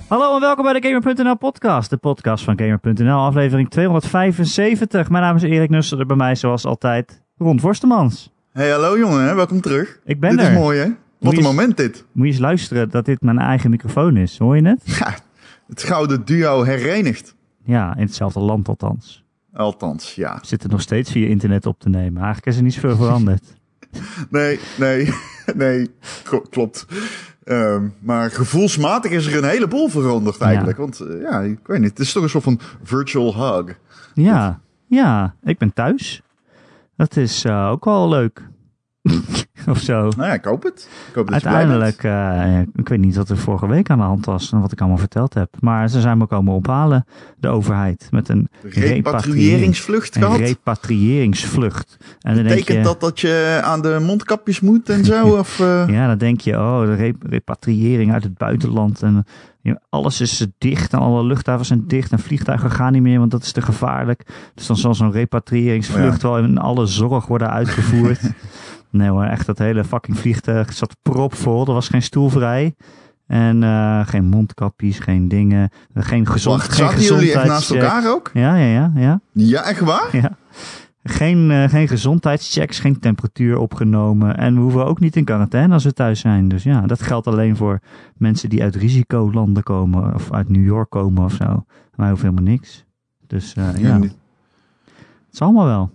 Hallo en welkom bij de Gamer.nl podcast. De podcast van Gamer.nl, aflevering 275. Mijn naam is Erik Nusselder, bij mij zoals altijd Ron Vorstemans. Hey, hallo jongen, welkom terug. Ik ben dit er. Dit is mooi hè? Wat een moment dit. Moet je eens luisteren dat dit mijn eigen microfoon is, hoor je het? Ja, het gouden duo herenigd. Ja, in hetzelfde land althans. Althans, ja. We zitten nog steeds via internet op te nemen. Eigenlijk is er niet zoveel veranderd. Nee, klopt. Maar gevoelsmatig is er een heleboel veranderd eigenlijk. Ja. Want ja, ik weet niet, het is toch een soort van virtual hug. Ja, ik ben thuis. Dat is ook wel leuk. Of zo. Nou ja, ik hoop het. Uiteindelijk, ik weet niet wat er vorige week aan de hand was en wat ik allemaal verteld heb. Maar ze zijn me komen ophalen, de overheid, met een repatriëringsvlucht gehad. Een repatriëringsvlucht. En dan betekent dat je aan de mondkapjes moet en zo? Of, Ja, dan denk je, de repatriëring uit het buitenland. En alles is dicht en alle luchthavens zijn dicht en vliegtuigen gaan niet meer, want dat is te gevaarlijk. Dus dan zal zo'n repatriëringsvlucht wel in alle zorg worden uitgevoerd. Nee hoor, echt dat hele fucking vliegtuig zat propvol. Er was geen stoel vrij. En geen mondkapjes, geen dingen. Geen gezondheid. Zaten jullie echt naast elkaar ook? Ja. Ja, echt waar? Ja. Geen gezondheidschecks, geen temperatuur opgenomen. En we hoeven ook niet in quarantaine als we thuis zijn. Dus ja, dat geldt alleen voor mensen die uit risicolanden komen. Of uit New York komen of zo. Maar hoeft helemaal niks. Dus ja. Het is allemaal wel.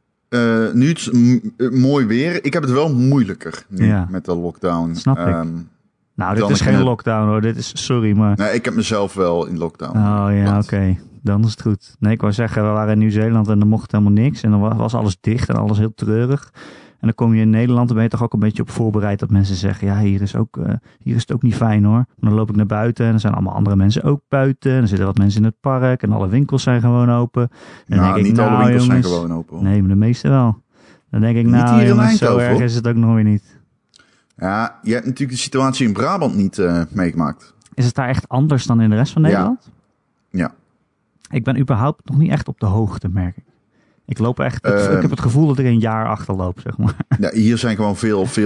Nu het mooi weer. Ik heb het wel moeilijker nu met de lockdown. Snap ik. Nou, dit is geen lockdown hoor. Dit is, sorry, maar... Nee, ik heb mezelf wel in lockdown. Oh ja, oké. Dan is het goed. Nee, ik wou zeggen, we waren in Nieuw-Zeeland en er mocht helemaal niks. En dan was alles dicht en alles heel treurig. En dan kom je in Nederland, dan ben je toch ook een beetje op voorbereid dat mensen zeggen, ja, hier is het ook niet fijn hoor. Maar dan loop ik naar buiten en dan zijn allemaal andere mensen ook buiten. En dan zitten wat mensen in het park en alle winkels zijn gewoon open. En denk ik, niet alle winkels zijn gewoon open. Nee, maar de meeste wel. Dan denk ik, jongens, zo erg is het ook nog weer niet. Ja, je hebt natuurlijk de situatie in Brabant niet meegemaakt. Is het daar echt anders dan in de rest van Nederland? Ja. Ik ben überhaupt nog niet echt op de hoogte, merk ik. Ik loop echt. Ik heb het gevoel dat ik een jaar achterloop, zeg maar. Ja, hier zijn gewoon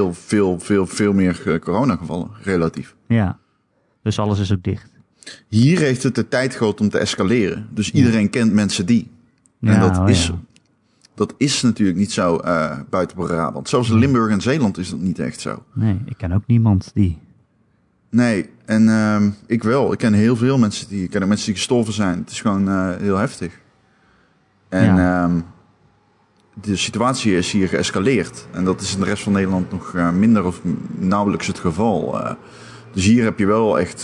veel meer coronagevallen, relatief. Ja, dus alles is ook dicht. Hier heeft het de tijd gehad om te escaleren. Dus iedereen kent mensen die. En dat is natuurlijk niet zo buiten Brabant. Zelfs in Limburg en Zeeland is dat niet echt zo. Nee, ik ken ook niemand die. Nee, en ik wel. Ik ken heel veel mensen die... Ik ken ook mensen die gestorven zijn. Het is gewoon heel heftig. En de situatie is hier geëscaleerd. En dat is in de rest van Nederland nog minder of nauwelijks het geval. Dus hier heb je wel echt...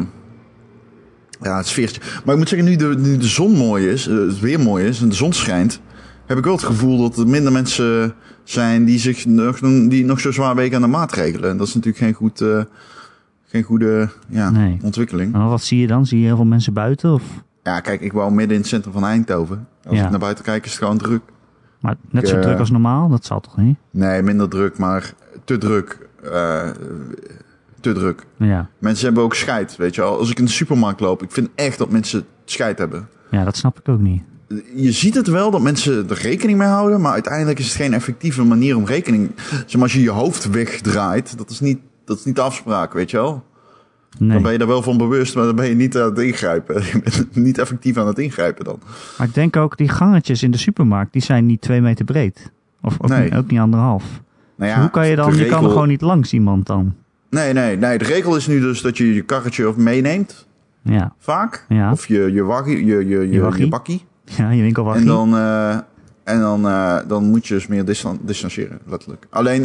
het sfeertje. Maar ik moet zeggen, nu de zon mooi is, het weer mooi is en de zon schijnt, heb ik wel het gevoel dat er minder mensen zijn die nog zo zwaar weken aan de maatregelen. En dat is natuurlijk geen goede ontwikkeling. Maar wat zie je dan? Zie je heel veel mensen buiten? Of? Ja, kijk, ik woon midden in het centrum van Eindhoven. Als ik naar buiten kijk is het gewoon druk. Maar net zo druk als normaal? Dat zal toch niet? Nee, minder druk, maar te druk. Te druk. Ja. Mensen hebben ook scheid, weet je wel. Als ik in de supermarkt loop, ik vind echt dat mensen scheid hebben. Ja, dat snap ik ook niet. Je ziet het wel dat mensen er rekening mee houden, maar uiteindelijk is het geen effectieve manier om rekening... Zeg maar, als je je hoofd wegdraait, dat is niet de afspraak, weet je wel. Nee. Dan ben je er wel van bewust, maar dan ben je niet aan het ingrijpen. Je bent niet effectief aan het ingrijpen dan. Maar ik denk ook, die gangetjes in de supermarkt, die zijn niet 2 meter breed. Of ook, nee. Ook niet 1,5. Nou ja, dus hoe kan je dan? Je kan er gewoon niet langs iemand dan. Nee. De regel is nu dus dat je je karretje meeneemt. Ja. Vaak. Ja. Of je bakkie. Ja, je winkelwaggie. En dan moet je dus meer distancieren, letterlijk. Alleen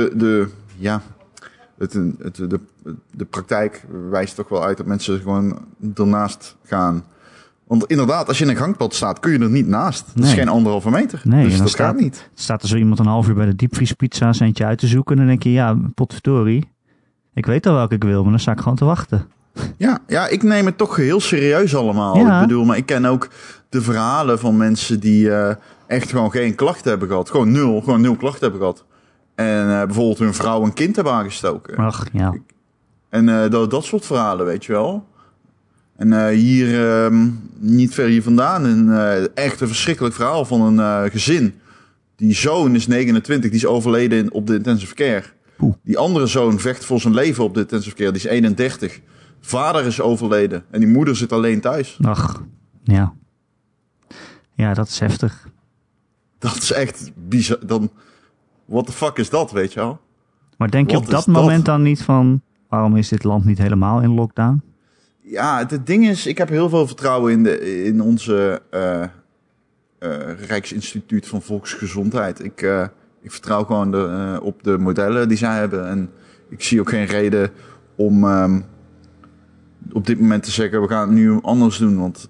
de praktijk wijst toch wel uit dat mensen gewoon ernaast gaan. Want inderdaad, als je in een gangpad staat, kun je er niet naast. Dat is geen 1,5 meter. Nee, dus dat gaat niet. Staat er zo iemand een half uur bij de diepvriespizza een eentje uit te zoeken. En dan denk je, ja, potverdorie. Ik weet al welke ik wil, maar dan sta ik gewoon te wachten. Ja, ik neem het toch heel serieus allemaal. Ja. Ik bedoel, maar ik ken ook de verhalen van mensen die echt gewoon geen klachten hebben gehad. Gewoon nul klachten hebben gehad. En bijvoorbeeld hun vrouw een kind hebben aangestoken. Ach, ja. En dat soort verhalen, weet je wel. En hier, niet ver hier vandaan, echt een verschrikkelijk verhaal van een gezin. Die zoon is 29, die is overleden op de intensive care. Die andere zoon vecht voor zijn leven op de intensive care, die is 31. vader is overleden en die moeder zit alleen thuis. Ach, ja. Ja, dat is heftig. Dat is echt bizar. Dan, what the fuck is dat, weet je wel? Maar denk je op dat moment dan niet van, waarom is dit land niet helemaal in lockdown? Ja, het ding is, ik heb heel veel vertrouwen in onze Rijksinstituut van Volksgezondheid. Ik vertrouw gewoon op de modellen die zij hebben. En ik zie ook geen reden om op dit moment te zeggen, we gaan het nu anders doen. Want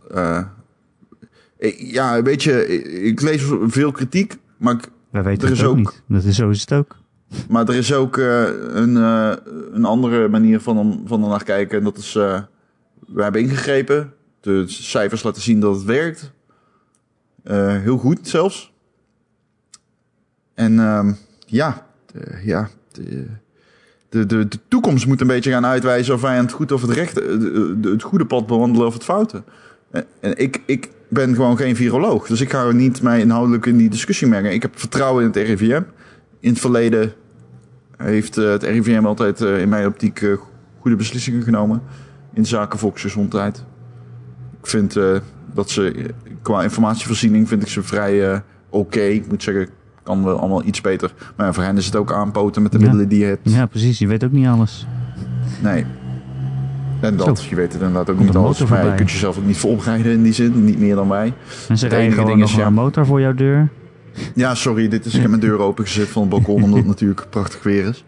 ja, weet je, ik lees veel kritiek, maar wij weten het ook niet. Zo is het ook. Maar er is ook een andere manier van er naar kijken. En dat is, we hebben ingegrepen. De cijfers laten zien dat het werkt. Heel goed zelfs. En de toekomst moet een beetje gaan uitwijzen of wij aan het goed of het goede pad bewandelen of het foute. En ik ben gewoon geen viroloog. Dus ik ga niet mij inhoudelijk in die discussie mengen. Ik heb vertrouwen in het RIVM. In het verleden heeft het RIVM altijd in mijn optiek goede beslissingen genomen in zaken volksgezondheid. Ik vind dat ze qua informatievoorziening vind ik ze vrij oké. Ik moet zeggen, kan wel allemaal iets beter. Maar voor hen is het ook aanpoten met de middelen die je hebt. Ja, precies. Je weet ook niet alles. Nee. En dat, je weet het inderdaad ook niet alles. Maar je kunt jezelf ook niet voorbereiden in die zin. Niet meer dan wij. En ze rijden gewoon nog een motor voor jouw deur. Ja, sorry. Ik heb mijn deur opengezet van het balkon. Omdat het natuurlijk prachtig weer is.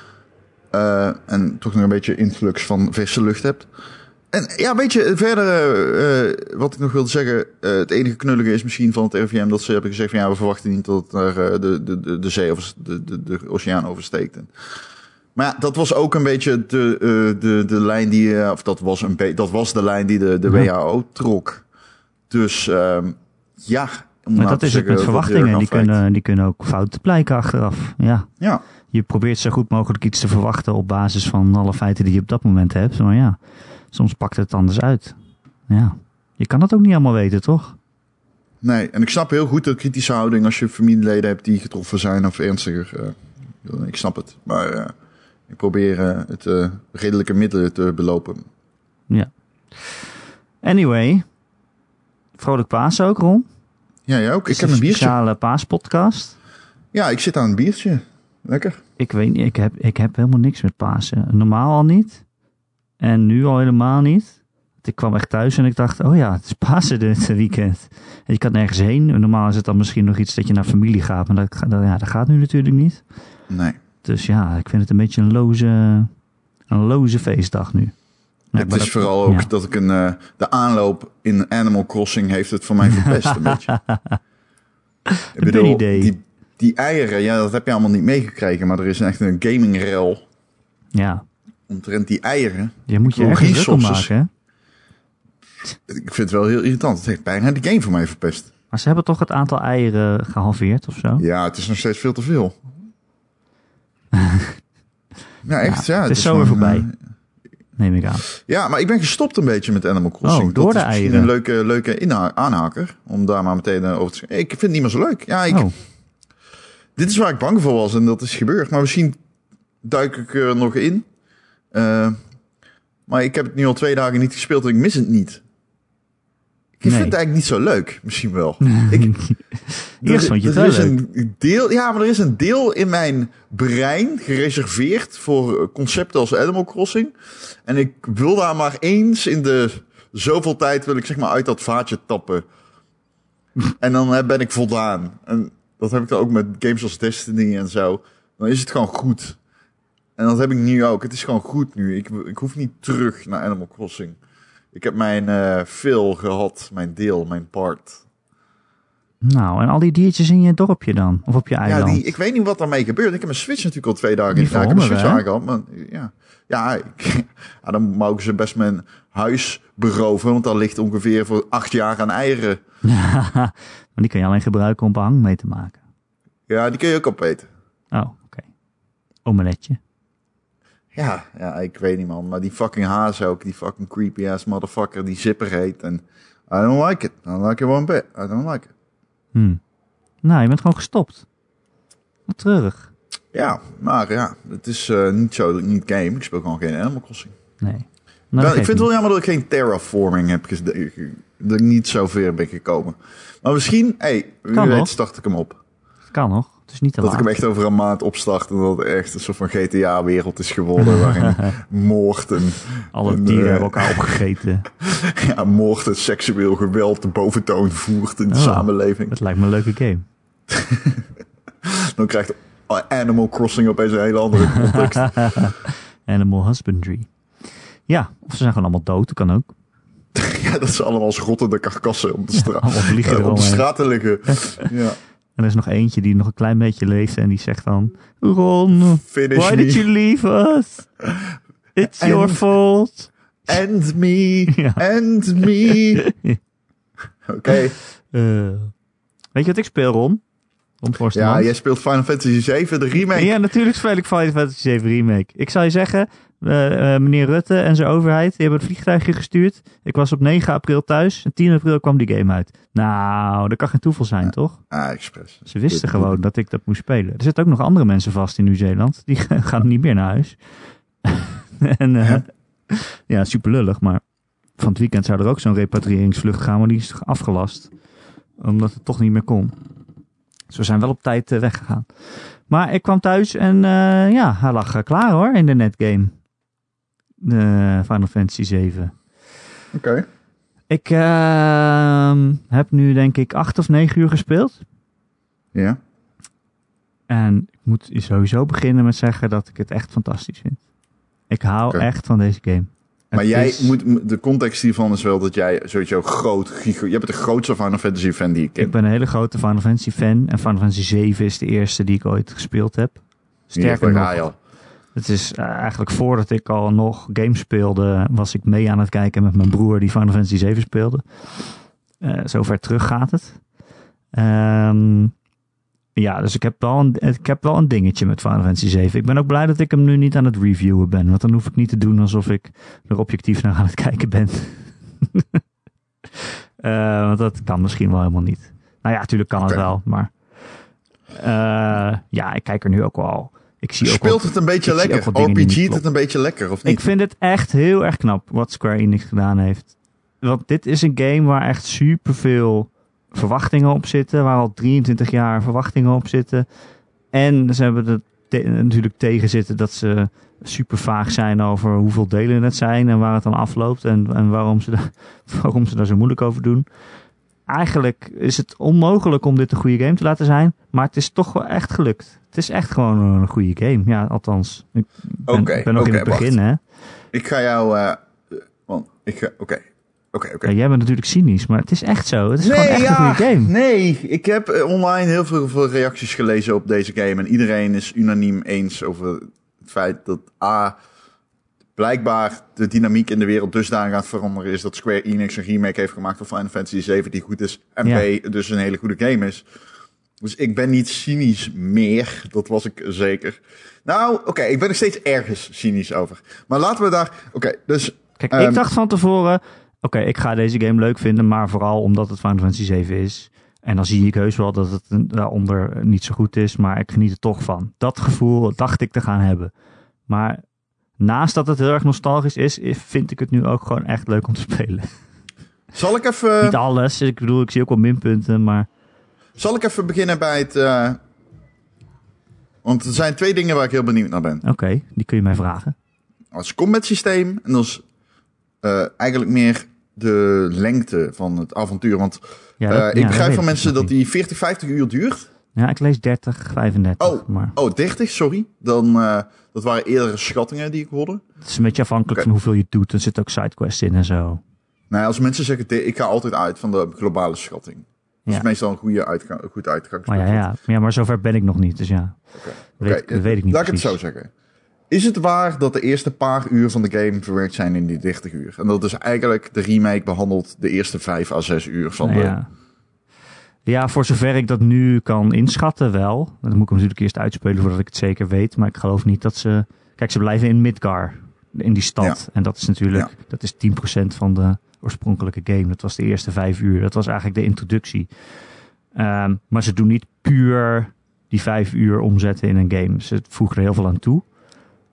En toch nog een beetje influx van verse lucht hebt. En ja, weet je, verder wat ik nog wilde zeggen. Het enige knullige is misschien van het RIVM dat ze hebben gezegd van ja, we verwachten niet dat het de zee of de oceaan oversteekt. Maar ja, dat was ook een beetje de lijn die, of dat was de lijn die de WHO trok. Dus ja. Maar dat is het met verwachtingen. Die kunnen ook fout blijken achteraf. Ja. Je probeert zo goed mogelijk iets te verwachten op basis van alle feiten die je op dat moment hebt. Maar ja, soms pakt het anders uit. Ja. Je kan het ook niet allemaal weten, toch? Nee, en ik snap heel goed de kritische houding als je familieleden hebt die getroffen zijn of ernstiger. Ik snap het. Maar ik probeer het redelijke middelen te belopen. Ja. Anyway. Vrolijk Pasen ook, Ron. Ja, jij ook. Ik heb een biertje. Een speciale paaspodcast. Ja, ik zit aan een biertje. Lekker. Ik weet niet, ik heb helemaal niks met Pasen. Normaal al niet. En nu al helemaal niet. Ik kwam echt thuis en ik dacht, oh ja, het is Pasen dit weekend. En je kan nergens heen. Normaal is het dan misschien nog iets dat je naar familie gaat. Maar dat gaat nu natuurlijk niet. Nee. Dus ja, ik vind het een beetje een loze feestdag nu. Ja, het is vooral ook dat ik de aanloop in Animal Crossing heeft het voor mij verpest een beetje. Ik bedoel, die eieren, ja, dat heb je allemaal niet meegekregen. Maar er is echt een gamingrel. Ja. Omtrent die eieren. Je moet je ergens druk om maken, hè? Ik vind het wel heel irritant. Het heeft bijna de game voor mij verpest. Maar ze hebben toch het aantal eieren gehalveerd of zo? Ja, het is nog steeds veel te veel. Ja, echt. Ja, het is zo weer voorbij. Neem ik aan. Ja, maar ik ben gestopt een beetje met Animal Crossing. Door dat de is eieren. Misschien een leuke aanhaker. Om daar maar meteen over te zeggen. Ik vind het niet meer zo leuk. Ja, dit is waar ik bang voor was en dat is gebeurd. Maar misschien duik ik er nog in. Maar ik heb het nu al 2 dagen niet gespeeld en ik mis het niet. Ik vind het eigenlijk niet zo leuk. Misschien wel. Eerst vond je het wel leuk. Een deel, ja, maar er is een deel in mijn brein gereserveerd voor concepten als Animal Crossing. En ik wil daar maar eens in de zoveel tijd wil ik zeg maar uit dat vaatje tappen. En dan ben ik voldaan. En dat heb ik dan ook met games als Destiny en zo. Dan is het gewoon goed. En dat heb ik nu ook. Het is gewoon goed nu. Ik hoef niet terug naar Animal Crossing. Ik heb mijn fill gehad, mijn deel, mijn part. Nou, en al die diertjes in je dorpje dan? Of op je eiland? Ja, ik weet niet wat daarmee gebeurt. Ik heb mijn Switch natuurlijk al 2 dagen in. Ik heb mijn Switch aangehad, maar ja, dan mogen ze best mijn huis beroven. Want daar ligt ongeveer voor 8 jaar aan eieren. Maar die kun je alleen gebruiken om behang mee te maken. Ja, die kun je ook opeten. Oh, oké. Omeletje. Ja, ik weet niet, man. Maar die fucking haas ook. Die fucking creepy ass motherfucker die zipper heet. En I don't like it. I don't like it one bit. I don't like it. Nou, je bent gewoon gestopt. Wat treurig. Ja, maar ja, het is niet game. Ik speel gewoon geen Animal Crossing. Nee. Nou, ik vind het wel jammer dat ik geen terraforming heb dat ik niet zo ver ben gekomen. Maar misschien, wie weet start ik hem op. Kan nog. Het is niet te dat laat. Ik hem echt over een maand opstart en dat het echt een soort van GTA-wereld is geworden waarin moord en... Alle dieren hebben elkaar opgegeten. Ja, moord en seksueel geweld de boventoon voert in de samenleving. Dat lijkt me een leuke game. Dan krijgt Animal Crossing opeens een hele andere context. Animal husbandry. Ja, of ze zijn gewoon allemaal dood, dat kan ook. Ja, dat ze allemaal als rottende karkassen op de op de straten liggen. Ja. En er is nog eentje die nog een klein beetje leeft en die zegt dan... Ron, Finish why did you leave us? It's your fault. And me. Ja. And me. Oké. Weet je wat ik speel, Ron? Ja, jij speelt Final Fantasy 7, de remake. Ja, natuurlijk speel ik Final Fantasy 7 remake. Ik zou je zeggen, meneer Rutte en zijn overheid, die hebben het vliegtuigje gestuurd. Ik was op 9 april thuis en 10 april kwam die game uit. Nou, dat kan geen toeval zijn, toch? Expres. Ze wisten gewoon dat ik dat moest spelen. Er zitten ook nog andere mensen vast in Nieuw-Zeeland. Die gaan niet meer naar huis. En ja, super lullig, maar van het weekend zou er ook zo'n repatriëringsvlucht gaan, maar die is afgelast. Omdat het toch niet meer kon. Dus we zijn wel op tijd weggegaan. Maar ik kwam thuis en hij lag klaar hoor in de netgame. De Final Fantasy 7. Oké. Ik heb nu denk ik 8 of 9 uur gespeeld. Ja. En ik moet sowieso beginnen met zeggen dat ik het echt fantastisch vind. Ik hou echt van deze game. Maar de context hiervan is wel dat jij sowieso je bent de grootste Final Fantasy fan die ik ken. Ik ben een hele grote Final Fantasy fan. En Final Fantasy 7 is de eerste die ik ooit gespeeld heb. Sterker nog, het is eigenlijk voordat ik al nog games speelde, was ik mee aan het kijken met mijn broer die Final Fantasy 7 speelde. Zover terug gaat het. Ja, dus ik heb wel een dingetje met Final Fantasy 7. Ik ben ook blij dat ik hem nu niet aan het reviewen ben. Want dan hoef ik niet te doen alsof ik er objectief naar aan het kijken ben. Want dat kan misschien wel helemaal niet. Nou ja, natuurlijk kan het wel. Maar ja, ik kijk er nu ook wel. Speelt het een beetje lekker? RPG't het een beetje lekker of niet? Ik vind het echt heel erg knap wat Square Enix gedaan heeft. Want dit is een game waar echt superveel verwachtingen op zitten, waar al 23 jaar verwachtingen op zitten. En ze hebben er natuurlijk tegen zitten dat ze super vaag zijn over hoeveel delen het zijn en waar het dan afloopt en waarom ze daar zo moeilijk over doen. Eigenlijk is het onmogelijk om dit een goede game te laten zijn, maar het is toch wel echt gelukt. Het is echt gewoon een goede game. Ja, althans. Ik ben nog in het begin, hè. Ik ga jou... Oké. Ja, jij bent natuurlijk cynisch, maar het is echt zo. Het is gewoon echt een goede game. Nee, ik heb online heel veel reacties gelezen op deze game. En iedereen is unaniem eens over het feit dat blijkbaar de dynamiek in de wereld dusdanig aan het veranderen is dat Square Enix een remake heeft gemaakt van Final Fantasy 7 die goed is. En B, dus een hele goede game is. Dus ik ben niet cynisch meer. Dat was ik zeker. Nou, oké, ik ben er steeds ergens cynisch over. Maar laten we daar... Dus... Kijk, ik dacht van tevoren... Oké, ik ga deze game leuk vinden, maar vooral omdat het Final Fantasy 7 is. En dan zie ik heus wel dat het daaronder niet zo goed is, maar ik geniet er toch van. Dat gevoel dacht ik te gaan hebben. Maar naast dat het heel erg nostalgisch is, vind ik het nu ook gewoon echt leuk om te spelen. Zal ik even... Niet alles, ik bedoel, ik zie ook wel minpunten, maar... Zal ik even beginnen bij het... Want er zijn 2 dingen waar ik heel benieuwd naar ben. Oké, die kun je mij vragen. Als combat systeem en als eigenlijk meer de lengte van het avontuur. Want ik begrijp van mensen dat die 40, 50 uur duurt. Ja, ik lees 30, 35. Oh, 30, sorry. Dan, dat waren eerdere schattingen die ik hoorde. Het is een beetje afhankelijk van hoeveel je doet. Er zitten ook sidequests in en zo. Nou ja, als mensen zeggen, ik ga altijd uit van de globale schatting. Dat is meestal een goed uitgangspunt. Maar maar zover ben ik nog niet, dus ja. Weet ik niet. Laat ik het zo zeggen. Is het waar dat de eerste paar uur van de game verwerkt zijn in die 30 uur? En dat dus eigenlijk de remake behandelt de eerste 5 à 6 uur van de... Ja, voor zover ik dat nu kan inschatten wel. Dan moet ik hem natuurlijk eerst uitspelen voordat ik het zeker weet. Maar ik geloof niet dat ze... Kijk, ze blijven in Midgar, in die stad. Ja. En dat is natuurlijk... Dat is 10% van de oorspronkelijke game. Dat was de eerste 5 uur. Dat was eigenlijk de introductie. Maar ze doen niet puur die 5 uur omzetten in een game. Ze voegen er heel veel aan toe.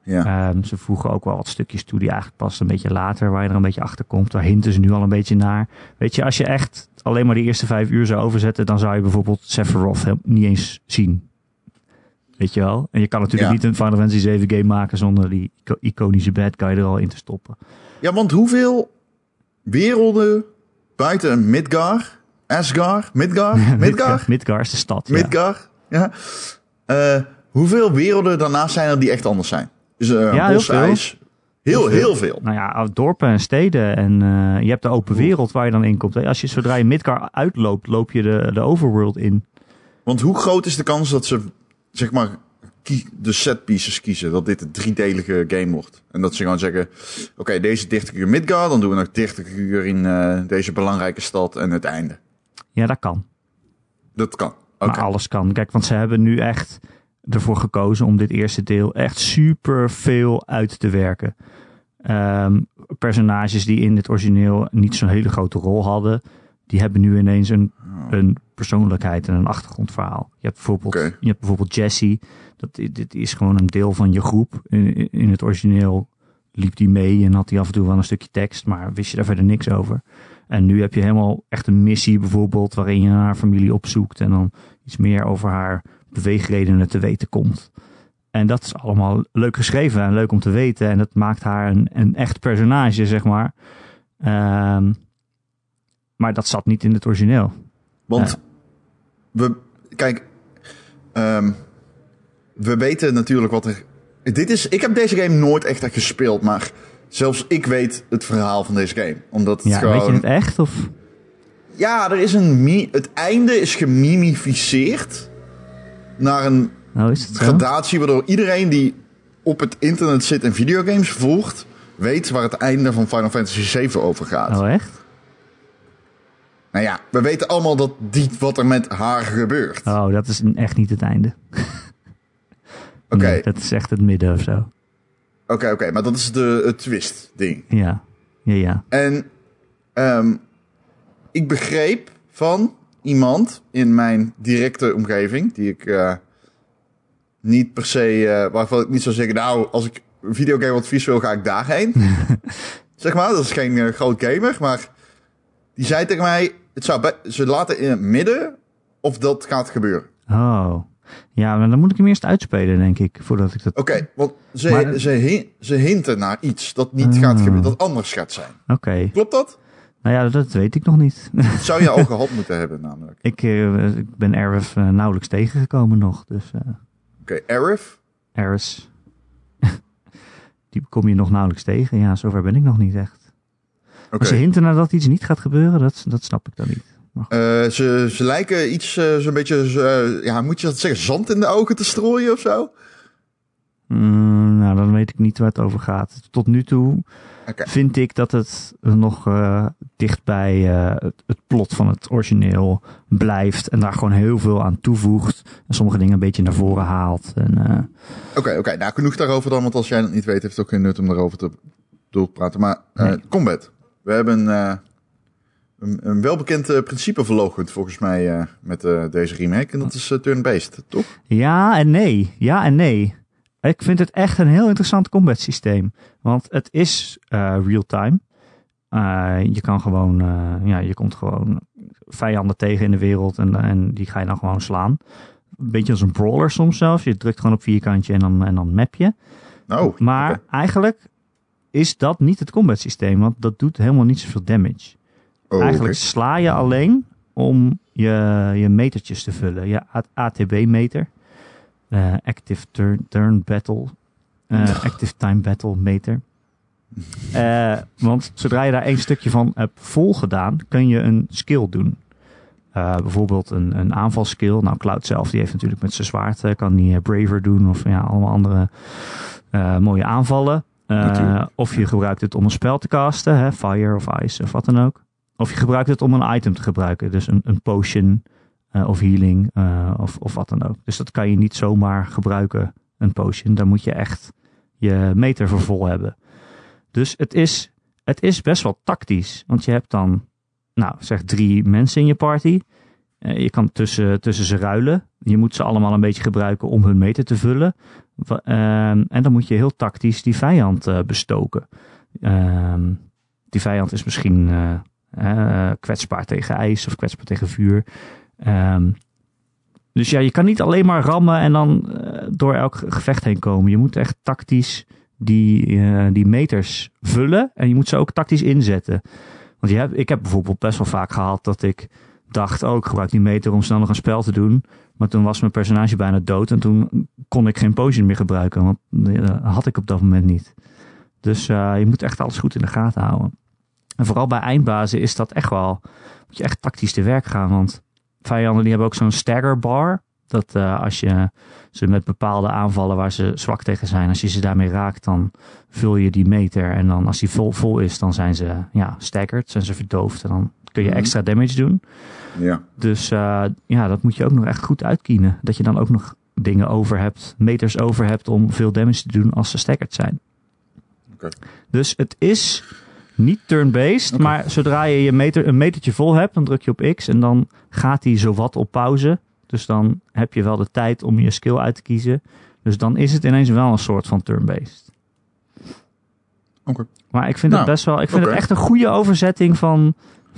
Ja. Ze voegen ook wel wat stukjes toe die eigenlijk pas een beetje later, waar je er een beetje achter komt. Daar hinten ze nu al een beetje naar. Weet je, als je echt alleen maar de eerste 5 uur zou overzetten, dan zou je bijvoorbeeld Sephiroth niet eens zien. Weet je wel? En je kan natuurlijk niet een Final Fantasy 7 game maken zonder die iconische bad guy er al in te stoppen. Ja, want hoeveel werelden buiten Midgar, Asgard, Midgar? Midgar is de stad. Midgar, ja. Hoeveel werelden daarnaast zijn er die echt anders zijn? Dus bos, ijs. Heel veel. Nou ja, dorpen en steden. En je hebt de open wereld waar je dan in komt. Zodra je Midgar uitloopt, loop je de overworld in. Want hoe groot is de kans dat ze, zeg maar, de set pieces kiezen? Dat dit een 3-delige game wordt. En dat ze gewoon zeggen, oké, deze 30 uur Midgar, dan doen we nog 30 uur in deze belangrijke stad en het einde. Ja, dat kan. Dat kan. Okay. Maar alles kan. Kijk, want ze hebben nu echt ervoor gekozen om dit eerste deel echt super veel uit te werken. Personages die in het origineel niet zo'n hele grote rol hadden, die hebben nu ineens een persoonlijkheid en een achtergrondverhaal. Je hebt bijvoorbeeld Jesse. Dit is gewoon een deel van je groep. In het origineel liep die mee en had hij af en toe wel een stukje tekst, maar wist je daar verder niks over. En nu heb je helemaal echt een missie bijvoorbeeld waarin je haar familie opzoekt en dan iets meer over haar beweegredenen te weten komt. En dat is allemaal leuk geschreven en leuk om te weten. En dat maakt haar een echt personage, zeg maar. Maar dat zat niet in het origineel. Want we weten natuurlijk wat er... Ik heb deze game nooit echt gespeeld, maar zelfs ik weet het verhaal van deze game. Omdat het gewoon... Weet je het echt? Of? Ja, er is het einde is gemimificeerd naar een gradatie waardoor iedereen die op het internet zit en videogames volgt, weet waar het einde van Final Fantasy 7 over gaat. Oh, echt? Nou ja, we weten allemaal wat er met haar gebeurt. Oh, dat is echt niet het einde. Oké. Nee, dat is echt het midden of zo. Oké, maar dat is het twist ding. Ja. En ik begreep van iemand in mijn directe omgeving, die ik niet per se, waarvan ik niet zou zeggen, nou, als ik een videogame-advies wil, ga ik daarheen. Zeg maar, dat is geen groot gamer, maar die zei tegen mij, ze laten in het midden of dat gaat gebeuren. Oh, ja, maar dan moet ik hem eerst uitspelen, denk ik, voordat ik dat... Oké, want ze hinten naar iets dat niet gaat gebeuren, dat anders gaat zijn. Oké. Klopt dat? Nou ja, dat weet ik nog niet. Dat zou je al gehad moeten hebben, namelijk. Ik ben Aerith nauwelijks tegengekomen nog, dus... Oké, Aerith? Aerith. Die kom je nog nauwelijks tegen. Ja, zover ben ik nog niet echt. Okay. Maar ze hinten naar dat iets niet gaat gebeuren, dat snap ik dan niet. Ze lijken iets zo'n beetje, moet je dat zeggen, zand in de ogen te strooien of zo? Nou, dan weet ik niet waar het over gaat. Tot nu toe vind ik dat het nog dicht bij het plot van het origineel blijft. En daar gewoon heel veel aan toevoegt. En sommige dingen een beetje naar voren haalt. Oké, nou genoeg daarover dan. Want als jij dat niet weet, heeft het ook geen nut om daarover te praten. Maar Combat. We hebben een welbekend principe verloochend volgens mij met deze remake. En dat is turn-based, toch? Ja en nee. Ik vind het echt een heel interessant combat systeem. Want het is real-time. Je kan gewoon, je komt gewoon vijanden tegen in de wereld en die ga je dan gewoon slaan. Een beetje als een brawler soms zelfs. Je drukt gewoon op vierkantje en dan map je. Maar eigenlijk is dat niet het combat systeem, want dat doet helemaal niet zoveel damage. Eigenlijk sla je alleen om je metertjes te vullen. Je ATB-meter. Active Turn Battle. Active Time Battle meter. Want zodra je daar één stukje van hebt volgedaan, kun je een skill doen. Bijvoorbeeld een aanvalskill. Nou, Cloud zelf, die heeft natuurlijk met zijn zwaard, kan die Braver doen of allemaal andere mooie aanvallen. Of je gebruikt het om een spel te casten, fire of ice of wat dan ook. Of je gebruikt het om een item te gebruiken, dus een potion of healing of wat dan ook. Dus dat kan je niet zomaar gebruiken, een potion. Daar moet je echt je meter voor vol hebben. Dus het is best wel tactisch, want je hebt dan, zeg 3 mensen in je party. Je kan tussen ze ruilen. Je moet ze allemaal een beetje gebruiken om hun meter te vullen. En dan moet je heel tactisch die vijand bestoken. Die vijand is misschien kwetsbaar tegen ijs of kwetsbaar tegen vuur. Dus ja, je kan niet alleen maar rammen en dan door elk gevecht heen komen. Je moet echt tactisch die meters vullen en je moet ze ook tactisch inzetten. Want ik heb bijvoorbeeld best wel vaak gehad dat ik dacht, ik gebruik die meter om snel nog een spel te doen. Maar toen was mijn personage bijna dood en toen kon ik geen potion meer gebruiken. Want dat had ik op dat moment niet. Dus je moet echt alles goed in de gaten houden. En vooral bij eindbazen is dat echt wel, moet je echt tactisch te werk gaan. Want vijanden die hebben ook zo'n stagger bar. Dat als je ze met bepaalde aanvallen waar ze zwak tegen zijn, als je ze daarmee raakt, dan vul je die meter. En dan als die vol is, dan zijn ze staggered, zijn ze verdoofd. En dan kun je extra damage doen. Ja. Dus dat moet je ook nog echt goed uitkienen. Dat je dan ook nog dingen over hebt, meters over hebt om veel damage te doen als ze staggered zijn. Okay. Dus het is niet turn-based, maar zodra je een metertje vol hebt, dan druk je op X en dan gaat hij zowat op pauze. Dus dan heb je wel de tijd om je skill uit te kiezen. Dus dan is het ineens wel een soort van turn-based. Okay. Maar ik vind het best wel, ik vind het echt een goede overzetting van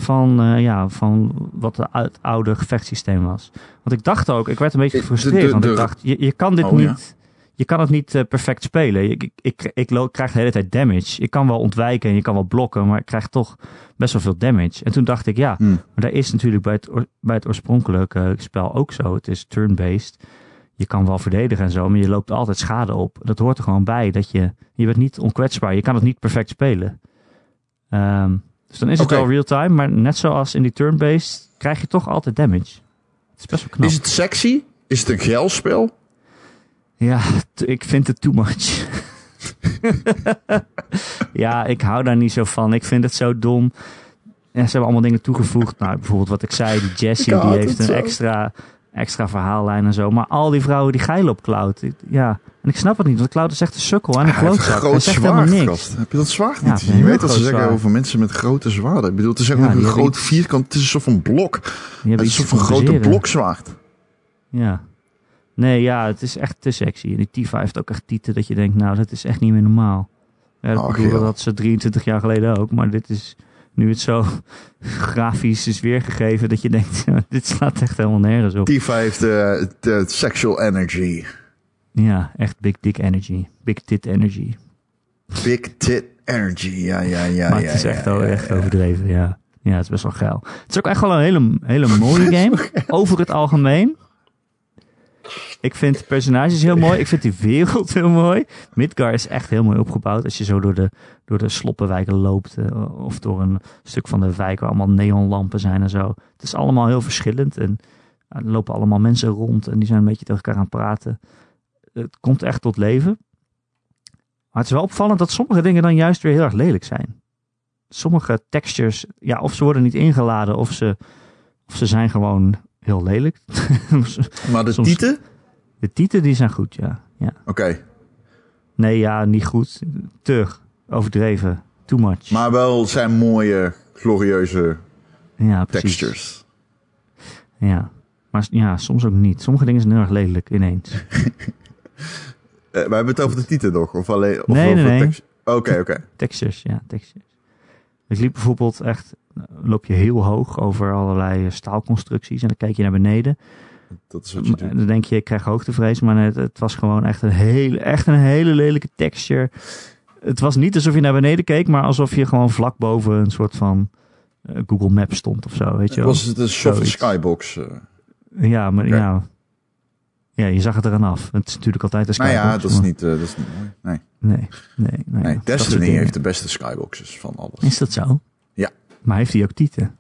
wat het oude gevechtssysteem was. Want ik dacht ook, ik werd een beetje gefrustreerd, want ik dacht, je kan dit niet. Ja. Je kan het niet perfect spelen. Ik krijg de hele tijd damage. Ik kan wel ontwijken en je kan wel blokken, maar ik krijg toch best wel veel damage. En toen dacht ik, maar dat is natuurlijk bij het oorspronkelijke spel ook zo. Het is turn-based. Je kan wel verdedigen en zo, maar je loopt altijd schade op. Dat hoort er gewoon bij. Dat je bent niet onkwetsbaar. Je kan het niet perfect spelen. Dus dan is het wel real-time, maar net zoals in die turn-based krijg je toch altijd damage. Het is best wel knap. Is het sexy? Is het een geil spel? Ja, ik vind het too much. Ja, ik hou daar niet zo van. Ik vind het zo dom. En ze hebben allemaal dingen toegevoegd. Nou, bijvoorbeeld wat ik zei, die Jessie, die heeft een extra verhaallijn en zo. Maar al die vrouwen die geilen op Cloud. Ja, en ik snap het niet, want Cloud is echt een sukkel en een klootzak. Hij zegt helemaal niks. Heb je dat zwaard niet? Je weet wat ze zeggen over mensen met grote zwaarden. Ik bedoel, het is ook een groot vierkant, het is een soort van blok. Het is een soort van grote blokszwaard. Ja. Nee, het is echt te sexy. En die Tifa heeft ook echt tieten dat je denkt, nou, dat is echt niet meer normaal. Ja, dat had ze 23 jaar geleden ook, maar dit is nu het zo grafisch is weergegeven dat je denkt, dit slaat echt helemaal nergens op. Tifa heeft de sexual energy. Ja, echt big dick energy. Big tit energy. Big tit energy, ja. Maar het is echt overdreven, ja. Ja, het is best wel geil. Het is ook echt wel een hele mooie game. Over het algemeen. Ik vind de personages heel mooi. Ik vind die wereld heel mooi. Midgar is echt heel mooi opgebouwd. Als je zo door de sloppenwijken loopt. Of door een stuk van de wijk waar allemaal neonlampen zijn en zo. Het is allemaal heel verschillend. En er lopen allemaal mensen rond. En die zijn een beetje tegen elkaar aan het praten. Het komt echt tot leven. Maar het is wel opvallend dat sommige dingen dan juist weer heel erg lelijk zijn. Sommige textures, of ze worden niet ingeladen. Of ze zijn gewoon heel lelijk. Maar de tieten? De tieten die zijn goed, ja. Oké. Nee, niet goed. Te overdreven. Too much. Maar wel zijn mooie, glorieuze textures. Ja. Maar soms ook niet. Sommige dingen zijn heel erg lelijk ineens. We hebben het over de tieten nog? Of alleen? Of nee. Oké. Textures. Ik liep bijvoorbeeld loop je heel hoog over allerlei staalconstructies en dan kijk je naar beneden. Dat is wat je doet. Dan denk je, ik krijg hoogtevrees, maar het was gewoon echt een hele lelijke texture. Het was niet alsof je naar beneden keek, maar alsof je gewoon vlak boven een soort van Google Maps stond of zo, weet je wel. Was het een soort van skybox? Ja, maar ja, je zag het eraan af. Het is natuurlijk altijd een skybox. Nou ja, dat is niet mooi. Nee. Destiny heeft de beste skyboxes van alles. Is dat zo? Ja. Maar heeft hij ook tieten?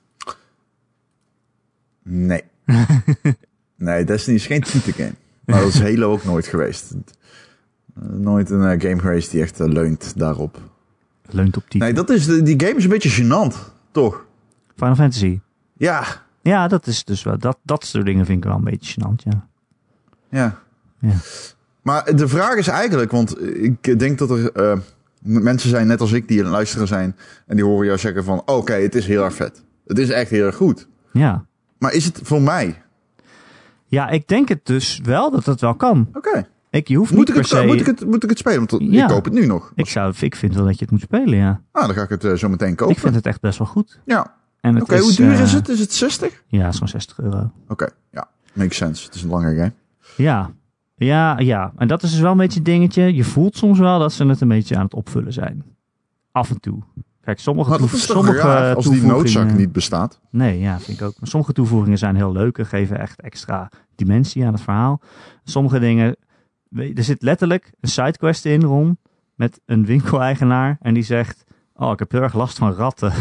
Nee. Nee, Destiny is geen tieten game. Maar dat is Halo ook nooit geweest. Nooit een game geweest die echt leunt daarop. Leunt op tieten? Nee, die game is een beetje gênant, toch? Final Fantasy? Ja. Ja, dat is dus wel... Dat soort dingen vind ik wel een beetje gênant, ja. Maar de vraag is eigenlijk, want ik denk dat er mensen zijn net als ik die luisteren zijn en die horen jou zeggen van oké, het is heel erg vet. Het is echt heel erg goed. Ja. Maar is het voor mij? Ja, ik denk het dus wel dat het wel kan. Oké. Je hoeft niet per se... Moet ik het spelen? Want ik koop het nu nog. Ik vind wel dat je het moet spelen, ja. Dan ga ik het zo meteen kopen. Ik vind het echt best wel goed. Ja. Oké, hoe duur is het? Is het 60? Ja, zo'n €60. Oké, ja. Makes sense. Het is een lange game. Ja. En dat is dus wel een beetje een dingetje. Je voelt soms wel dat ze het een beetje aan het opvullen zijn. Af en toe. Kijk, sommige raar als die noodzaak niet bestaat. Nee, ja, vind ik ook. Maar sommige toevoegingen zijn heel leuk en geven echt extra dimensie aan het verhaal. Sommige dingen... Er zit letterlijk een sidequest in, Ron, met een winkeleigenaar. En die zegt, ik heb heel erg last van ratten.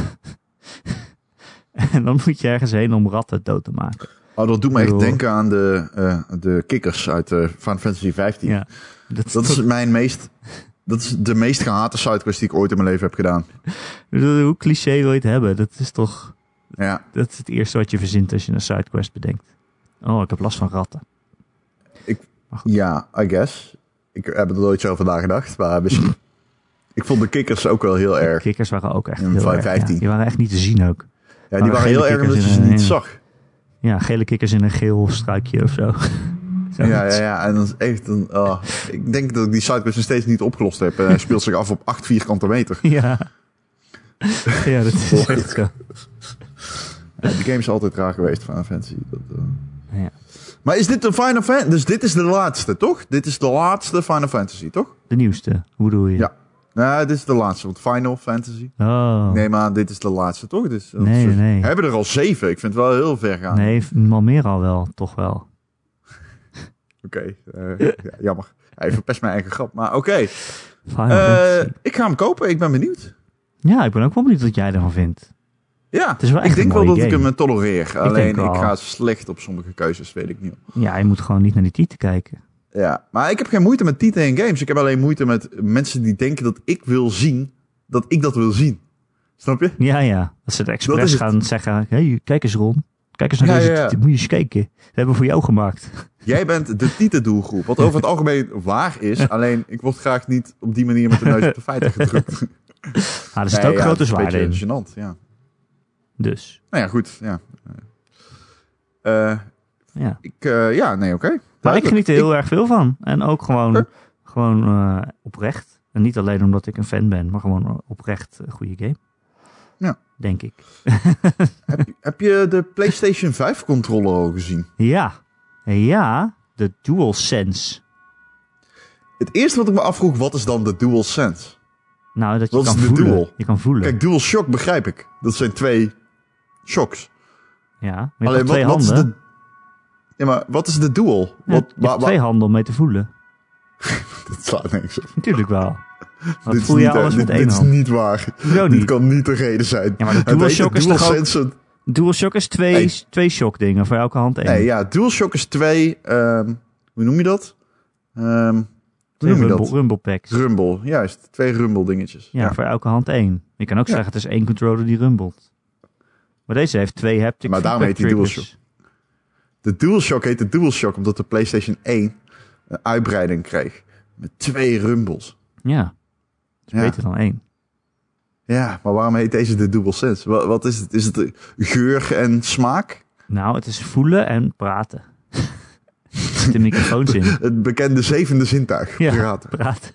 En dan moet je ergens heen om ratten dood te maken. Dat doet me echt denken aan de kikkers uit Final Fantasy 15. Ja, dat is de meest gehate sidequest die ik ooit in mijn leven heb gedaan. Hoe cliché wil je het hebben? Dat is toch... Ja. Dat is het eerste wat je verzint als je een sidequest bedenkt. Ik heb last van ratten. Ja, I guess. Ik heb er nooit zo vandaag gedacht, maar misschien... Ik vond de kikkers ook wel heel erg. De kikkers waren ook echt in heel erg. Ja. Die waren echt niet te zien ook. Ja, die waren heel erg omdat je ze niet zag. Ja, gele kikkers in een geel struikje of zo. Ja. En dan is echt een... ik denk dat ik die sidequest nog steeds niet opgelost heb. Hij speelt zich af op 8 vierkante meter. Ja, dat is echt zo. Ja, die game is altijd raar geweest, Final Fantasy. Ja. Maar is dit de Final Fantasy? Dus dit is de laatste, toch? Dit is de laatste Final Fantasy, toch? De nieuwste, hoe bedoel je? Ja, dit is de laatste, want Final Fantasy. Oh. Nee, maar dit is de laatste, toch? Dus, nee. We hebben er al 7. Ik vind het wel heel ver gaan. Nee, al meer al wel, toch wel. Oké, jammer. Hij verpest mijn eigen grap, maar oké. Ik ga hem kopen, ik ben benieuwd. Ja, ik ben ook wel benieuwd wat jij ervan vindt. Ja, het is wel ik denk wel dat game. ik hem tolereer. Alleen ik ga slecht op sommige keuzes, weet ik niet. Ja, je moet gewoon niet naar die titel kijken. Ja, maar ik heb geen moeite met titelen in games. Ik heb alleen moeite met mensen die denken dat ik wil zien, dat ik dat wil zien. Snap je? Ja. Als ze het expres gaan zeggen, hey, kijk eens Ron. Kijk eens naar deze titel. Moet je eens kijken. Dat hebben we voor jou gemaakt. Jij bent de titeldoelgroep. Wat over het algemeen waar is. Alleen, ik word graag niet op die manier met de neus op de feiten gedrukt. Er zit ook grote zwaarden in. Dat is een beetje gênant, ja. Dus. Nou ja, goed. Ja. Oké. Maar ik geniet er heel erg veel van. En ook gewoon oprecht. En niet alleen omdat ik een fan ben, maar gewoon oprecht een goede game. Ja. Denk ik. Heb je de PlayStation 5 controller al gezien? Ja, de DualSense. Het eerste wat ik me afvroeg, wat is dan de DualSense? Nou, dat je kan voelen. Dual? Je kan voelen. Kijk, DualShock begrijp ik. Dat zijn 2 shocks. Ja, maar je hebt 2 handen. Ja, maar wat is de Dual? Ja, je hebt 2 handen om mee te voelen. Dat slaat niks op. Natuurlijk wel. Wat voel je alles met 1 hand? Dit is niet waar. Dit kan niet de reden zijn. Ja, maar de DualShock is toch ook... DualShock is 2 shock dingen voor elke hand 1. Nee, ja, DualShock is 2... hoe noem je dat? Rumble packs. Rumble, juist. 2 rumble dingetjes. Ja, voor elke hand 1. Je kan ook zeggen, het is 1 controller die rumbelt. Maar deze heeft 2 haptic. Maar daarom heet die DualShock. De DualShock heet de DualShock omdat de PlayStation 1 een uitbreiding kreeg. Met 2 rumbles. Ja, dat is beter dan 1. Ja, maar waarom heet deze de DualSense? Wat is het? Is het geur en smaak? Nou, het is voelen en praten. Er zitten microfoons in. Het bekende 7e zintuig. Ja, praten.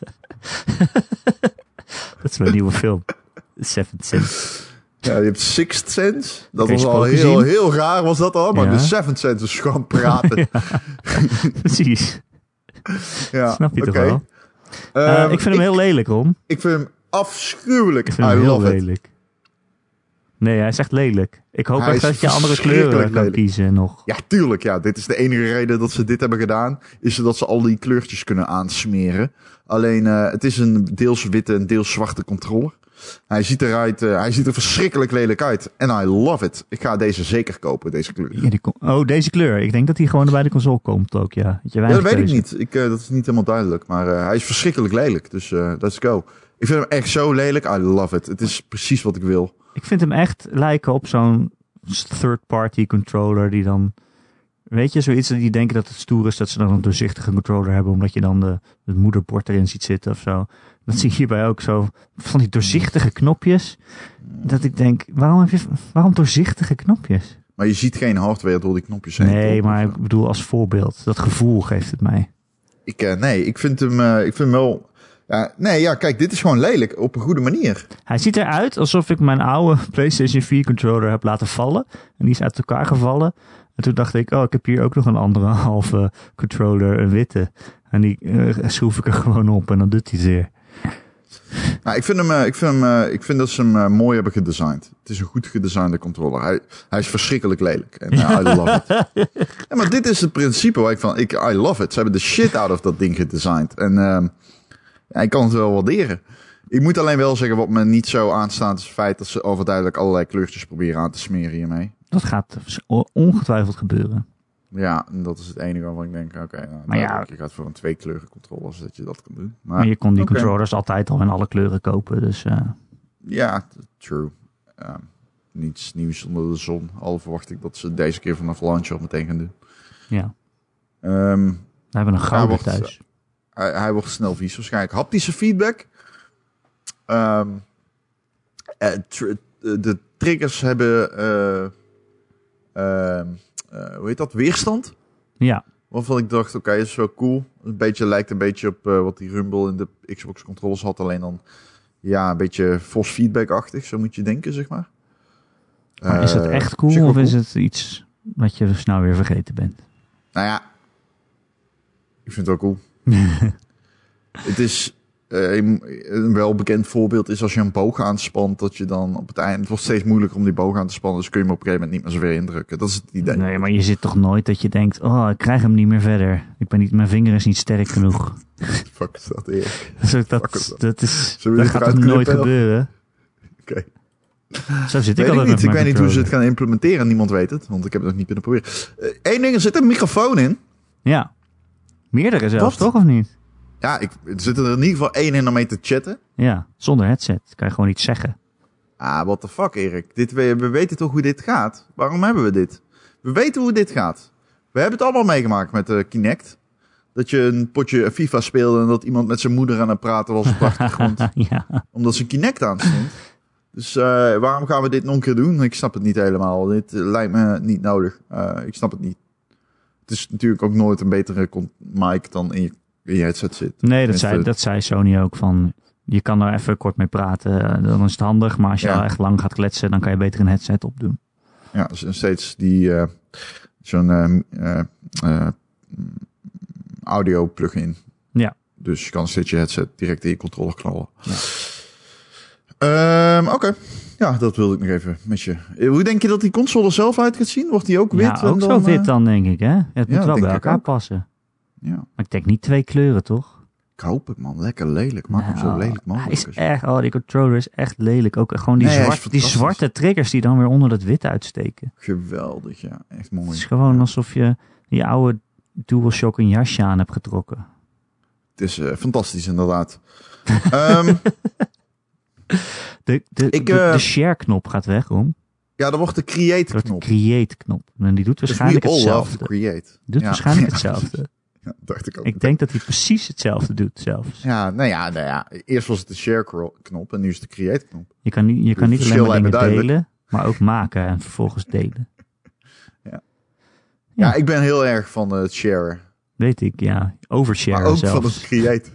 Dat is mijn nieuwe film. Seventh Sense. Ja, je hebt Sixth Sense. Dat was al heel raar was dat al. Maar de Seventh Sense is gewoon praten. Precies. Ja, snap je toch wel? Ik vind hem heel lelijk, Ron. Ik vind hem afschuwelijk. Ik vind hem heel lelijk. Nee, hij is echt lelijk. Ik hoop echt dat je andere kleuren kan kiezen nog. Ja, tuurlijk. Ja. Dit is de enige reden dat ze dit hebben gedaan. Is dat ze al die kleurtjes kunnen aansmeren. Alleen, het is een deels witte en deels zwarte controller. Hij ziet er verschrikkelijk lelijk uit. En I love it. Ik ga deze zeker kopen, deze kleur. Ja, deze kleur. Ik denk dat hij gewoon bij de console komt ook, ja. Dat weet ik niet. Dat is niet helemaal duidelijk. Maar hij is verschrikkelijk lelijk. Dus let's go. Ik vind hem echt zo lelijk. I love it. Het is precies wat ik wil. Ik vind hem echt lijken op zo'n third-party controller die dan... Weet je, zoiets die denken dat het stoer is dat ze dan een doorzichtige controller hebben, omdat je dan het moederbord erin ziet zitten of zo. Dat zie je hierbij ook zo. Van die doorzichtige knopjes. Dat ik denk, waarom doorzichtige knopjes? Maar je ziet geen hardware door die knopjes heen. Nee, maar ik bedoel als voorbeeld. Dat gevoel geeft het mij. Ik vind hem wel... kijk, dit is gewoon lelijk op een goede manier. Hij ziet eruit alsof ik mijn oude PlayStation 4 controller heb laten vallen. En die is uit elkaar gevallen. En toen dacht ik, ik heb hier ook nog een andere halve controller, een witte. En die schroef ik er gewoon op en dan doet hij het weer. Nou, ik vind dat ze hem mooi hebben gedesigned. Het is een goed gedesignde controller. Hij is verschrikkelijk lelijk. En I love it. Ja, maar dit is het principe waar I love it. Ze hebben de shit out of dat ding gedesigned. En ik kan het wel waarderen. Ik moet alleen wel zeggen, wat me niet zo aanstaat, is het feit dat ze overduidelijk allerlei kleurtjes proberen aan te smeren hiermee. Dat gaat ongetwijfeld gebeuren. Ja, en dat is het enige waarvan ik denk, je gaat voor een 2-kleuren controller, zodat je dat kan doen. Maar je kon die controllers altijd al in alle kleuren kopen, dus... Ja, true. Niets nieuws onder de zon. Al verwacht ik dat ze deze keer vanaf launch al meteen gaan doen. Ja. We hebben een gouden thuis. Hij wordt snel vies waarschijnlijk. Haptische feedback. De triggers hebben... hoe heet dat? Weerstand? Ja. Waarvan ik dacht, oké, dat is wel cool. Lijkt een beetje op wat die Rumble in de Xbox controllers had. Alleen dan, een beetje force feedback-achtig. Zo moet je denken, zeg maar. Maar is het echt cool of is het iets wat je snel weer vergeten bent? Nou ja, ik vind het wel cool. Het is... een welbekend voorbeeld is als je een boog aanspant, dat je dan op het eind... Het wordt steeds moeilijker om die boog aan te spannen, dus kun je hem op een gegeven moment niet meer zo weer indrukken. Dat is het idee. Nee, maar je zit toch nooit dat je denkt, ik krijg hem niet meer verder. Mijn vinger is niet sterk genoeg. Fuck is dat eerlijk. Dat gaat toch nooit gebeuren? Oké. Zo zit ik al niet. Ik weet niet hoe ze het gaan implementeren. Niemand weet het, want ik heb het nog niet kunnen proberen. Eén ding, er zit een microfoon in. Ja. Meerdere zelfs, toch of niet? Ja, er zit er in ieder geval één in om mee te chatten. Ja, zonder headset. Kan je gewoon iets zeggen. What the fuck, Erik? We weten toch hoe dit gaat? Waarom hebben we dit? We weten hoe dit gaat. We hebben het allemaal meegemaakt met de Kinect. Dat je een potje FIFA speelde en dat iemand met zijn moeder aan het praten was op de achtergrond. Ja. Omdat zijn Kinect aan stond. Dus waarom gaan we dit nog een keer doen? Ik snap het niet helemaal. Dit lijkt me niet nodig. Ik snap het niet. Het is natuurlijk ook nooit een betere mic dan in je headset zit. Nee, dat zei Sony ook van... Je kan er even kort mee praten, dan is het handig. Maar als je al echt lang gaat kletsen, dan kan je beter een headset opdoen. Ja, dus steeds zo'n audio plugin. Ja. Dus je kan steeds je headset direct in je controller knallen. Ja. Oké. Ja, dat wilde ik nog even met je. Hoe denk je dat die console er zelf uit gaat zien? Wordt die ook wit? Ja, ook zo wit dan, denk ik, hè? Het moet wel bij elkaar passen. Ja. Maar ik denk niet 2 kleuren, toch? Ik hoop het, man. Lekker lelijk. Maak hem zo lelijk mogelijk. Hij is echt... die controller is echt lelijk. Ook gewoon die zwarte triggers die dan weer onder dat wit uitsteken. Geweldig, ja. Echt mooi. Het is gewoon alsof je die oude DualShock een jasje aan hebt getrokken. Het is fantastisch, inderdaad. De share-knop gaat weg, om. Ja, dan wordt de create-knop. De create-knop. En die doet waarschijnlijk hetzelfde. Waarschijnlijk hetzelfde. Ja, dacht ik ook. Ik denk dat hij precies hetzelfde doet zelfs. Ja, nou ja. Eerst was het de share-knop en nu is het de create-knop. Je kan niet alleen maar dingen delen, maar ook maken en vervolgens delen. Ja, ik ben heel erg van het sharen. Weet ik, ja. Overshare maar ook zelfs. van het create.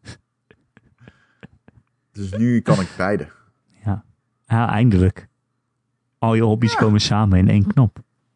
Dus nu kan ik beide. Ja, eindelijk. Al je hobby's komen samen in 1 knop.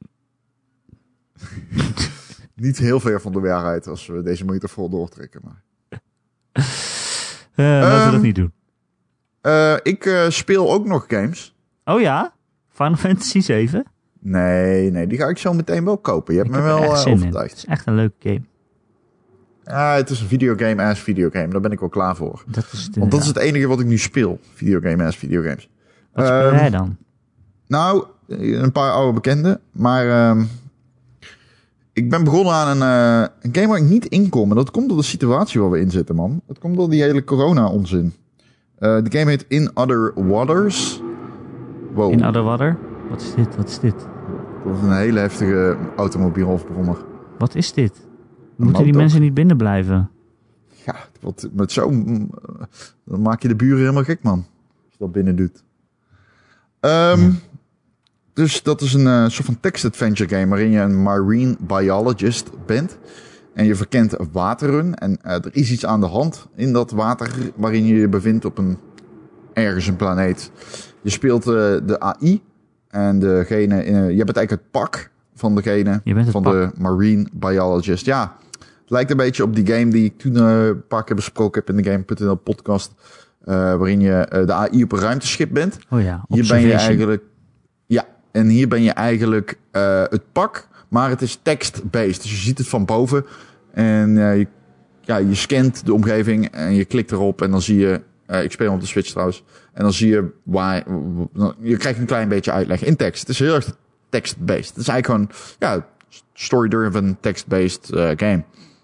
Niet heel ver van de waarheid als we deze metafoor doortrekken. Maar. Laten we dat niet doen. Ik speel ook nog games. Oh ja? Final Fantasy 7? Nee, die ga ik zo meteen wel kopen. Je hebt me wel overtuigd. Het is echt een leuke game. Ja, het is een videogame as videogame. Daar ben ik wel klaar voor. Want dat is het enige wat ik nu speel. Videogame as videogames. Wat speel jij dan? Nou, een paar oude bekenden. Maar ik ben begonnen aan een game waar ik niet in kom. En dat komt door de situatie waar we in zitten, man. Dat komt door die hele corona-onzin. De game heet In Other Waters. Wow. In Other Water? Wat is dit? Dat is een hele heftige automobielbrommer. Wat is dit? Moeten die mensen niet binnen blijven? Ja, met zo... Dan maak je de buren helemaal gek, man. Als je dat binnen doet. Dus dat is een soort van text-adventure game... waarin je een marine biologist bent. En je verkent waterrun. En er is iets aan de hand in dat water waarin je je bevindt op ergens een planeet. Je speelt de AI. En degene, je bent eigenlijk het pak van degene. De marine biologist. Ja, het lijkt een beetje op die game die ik toen een paar keer besproken heb in de Game.nl podcast. Waarin je de AI op een ruimteschip bent. Oh ja, hier ben je eigenlijk... Ja, en hier ben je eigenlijk het pak. Maar het is text-based. Dus je ziet het van boven. En je scant de omgeving en je klikt erop. En dan zie je... ik speel op de Switch trouwens. En dan zie je je krijgt een klein beetje uitleg in tekst. Het is heel erg text-based. Het is eigenlijk gewoon story-driven, text-based game.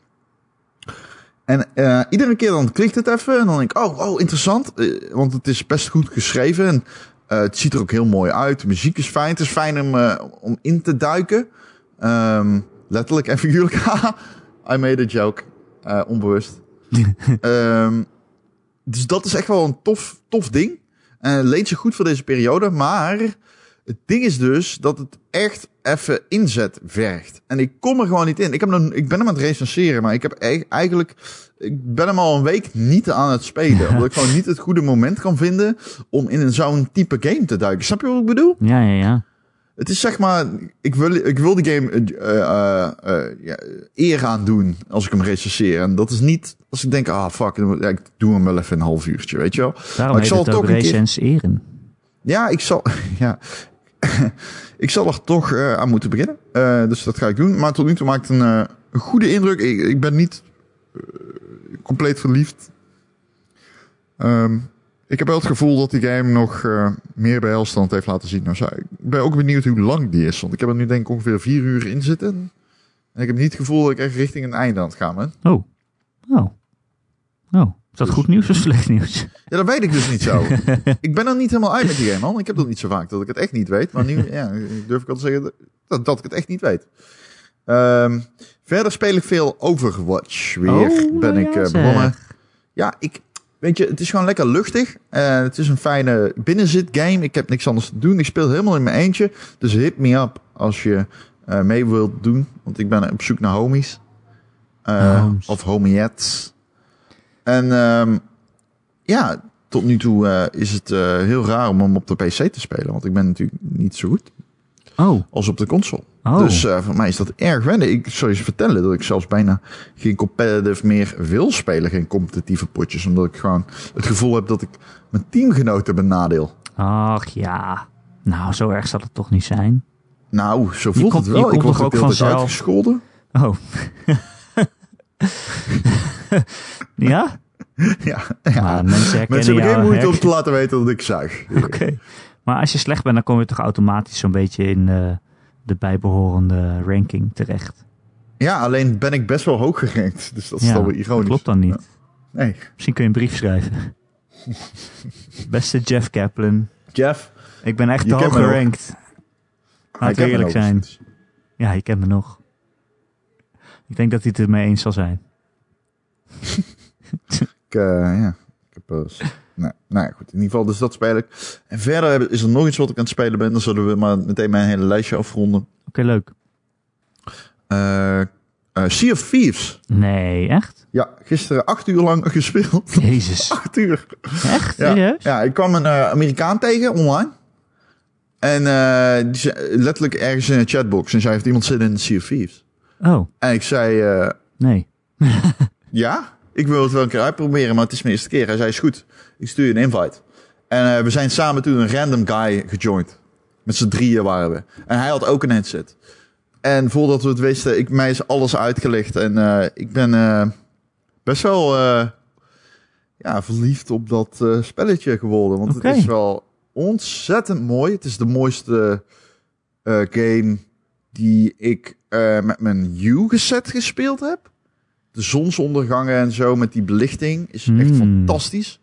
En iedere keer dan klikt het even. En dan denk ik, oh interessant. Want het is best goed geschreven. En het ziet er ook heel mooi uit. De muziek is fijn. Het is fijn om in te duiken. Letterlijk en figuurlijk. I made a joke. Onbewust. Dus dat is echt wel een tof ding. Leent zich goed voor deze periode. Maar het ding is dus dat het echt even inzet vergt. En ik kom er gewoon niet in. Ik ben hem aan het recenseren. Maar ik ben hem al een week niet aan het spelen. Omdat ik gewoon niet het goede moment kan vinden om in zo'n type game te duiken. Snap je wat ik bedoel? Ja. Het is zeg maar, ik wil die game eer aan doen als ik hem recenseer. En dat is niet als ik denk, fuck, ik doe hem wel even een half uurtje, weet je wel. Daarom heet het ook recenseren. Ja, ik zal er toch aan moeten beginnen. Dus dat ga ik doen. Maar tot nu toe maakt het een goede indruk. Ik ben niet compleet verliefd. Ik heb wel het gevoel dat die game nog meer behelstand heeft laten zien. Nou, ik ben ook benieuwd hoe lang die is. Want ik heb er nu denk ik ongeveer 4 uur in zitten. En ik heb niet het gevoel dat ik echt richting een einde aan het gaan ben. Is dat goed nieuws of slecht nieuws? Ja, dat weet ik dus niet zo. Ik ben er niet helemaal uit met die game, man. Ik heb dat niet zo vaak, dat ik het echt niet weet. Maar nu durf ik al te zeggen dat ik het echt niet weet. Verder speel ik veel Overwatch weer. Ben ik begonnen. Ja, weet je, het is gewoon lekker luchtig. Het is een fijne binnenzit game. Ik heb niks anders te doen. Ik speel helemaal in mijn eentje. Dus hit me up als je mee wilt doen. Want ik ben op zoek naar homies. Of homiettes. En tot nu toe is het heel raar om hem op de PC te spelen. Want ik ben natuurlijk niet zo goed als op de console. Dus voor mij is dat erg wennen. Ik zal je vertellen dat ik zelfs bijna geen competitive meer wil spelen. Geen competitieve potjes. Omdat ik gewoon het gevoel heb dat ik mijn teamgenoten benadeel. Ach ja. Nou, zo erg zal het toch niet zijn? Nou, zo voelt het wel. Ik word ook vanzelf uitgescholden. Oh. Ja? Ja. Maar mensen hebben geen moeite om te laten weten dat ik zuig. Oké. Maar als je slecht bent, dan kom je toch automatisch zo'n beetje in de bijbehorende ranking terecht. Ja, alleen ben ik best wel hoog gerankt. Dus dat is dan weer ironisch. Dat klopt dan niet. Ja. Nee. Misschien kun je een brief schrijven. Beste Jeff Kaplan. Jeff. Ik ben echt te hoog gerankt. Laten we eerlijk zijn. Ja, je kent me nog. Ik denk dat hij het ermee eens zal zijn. Goed. In ieder geval, dus dat speel ik. En verder is er nog iets wat ik aan het spelen ben. Dan zullen we maar meteen mijn hele lijstje afronden. Oké, leuk. Sea of Thieves. Nee, echt? Ja, gisteren 8 uur lang gespeeld. Jezus. 8 uur. Echt? Serieus? Ja, ik kwam een Amerikaan tegen online. En die letterlijk ergens in een chatbox. En zei, heeft iemand zin in Sea of Thieves? Oh. En ik zei... nee. Ja? Ik wil het wel een keer uitproberen, maar het is mijn eerste keer. Hij zei, is goed. Ik stuur je een invite. En we zijn samen toen een random guy gejoind. Met z'n 3 waren we. En hij had ook een headset. En voordat we het wisten, mij is alles uitgelegd. En ik ben best wel verliefd op dat spelletje geworden. Want het is wel ontzettend mooi. Het is de mooiste game die ik met mijn U-gezet gespeeld heb. De zonsondergangen en zo met die belichting is echt fantastisch.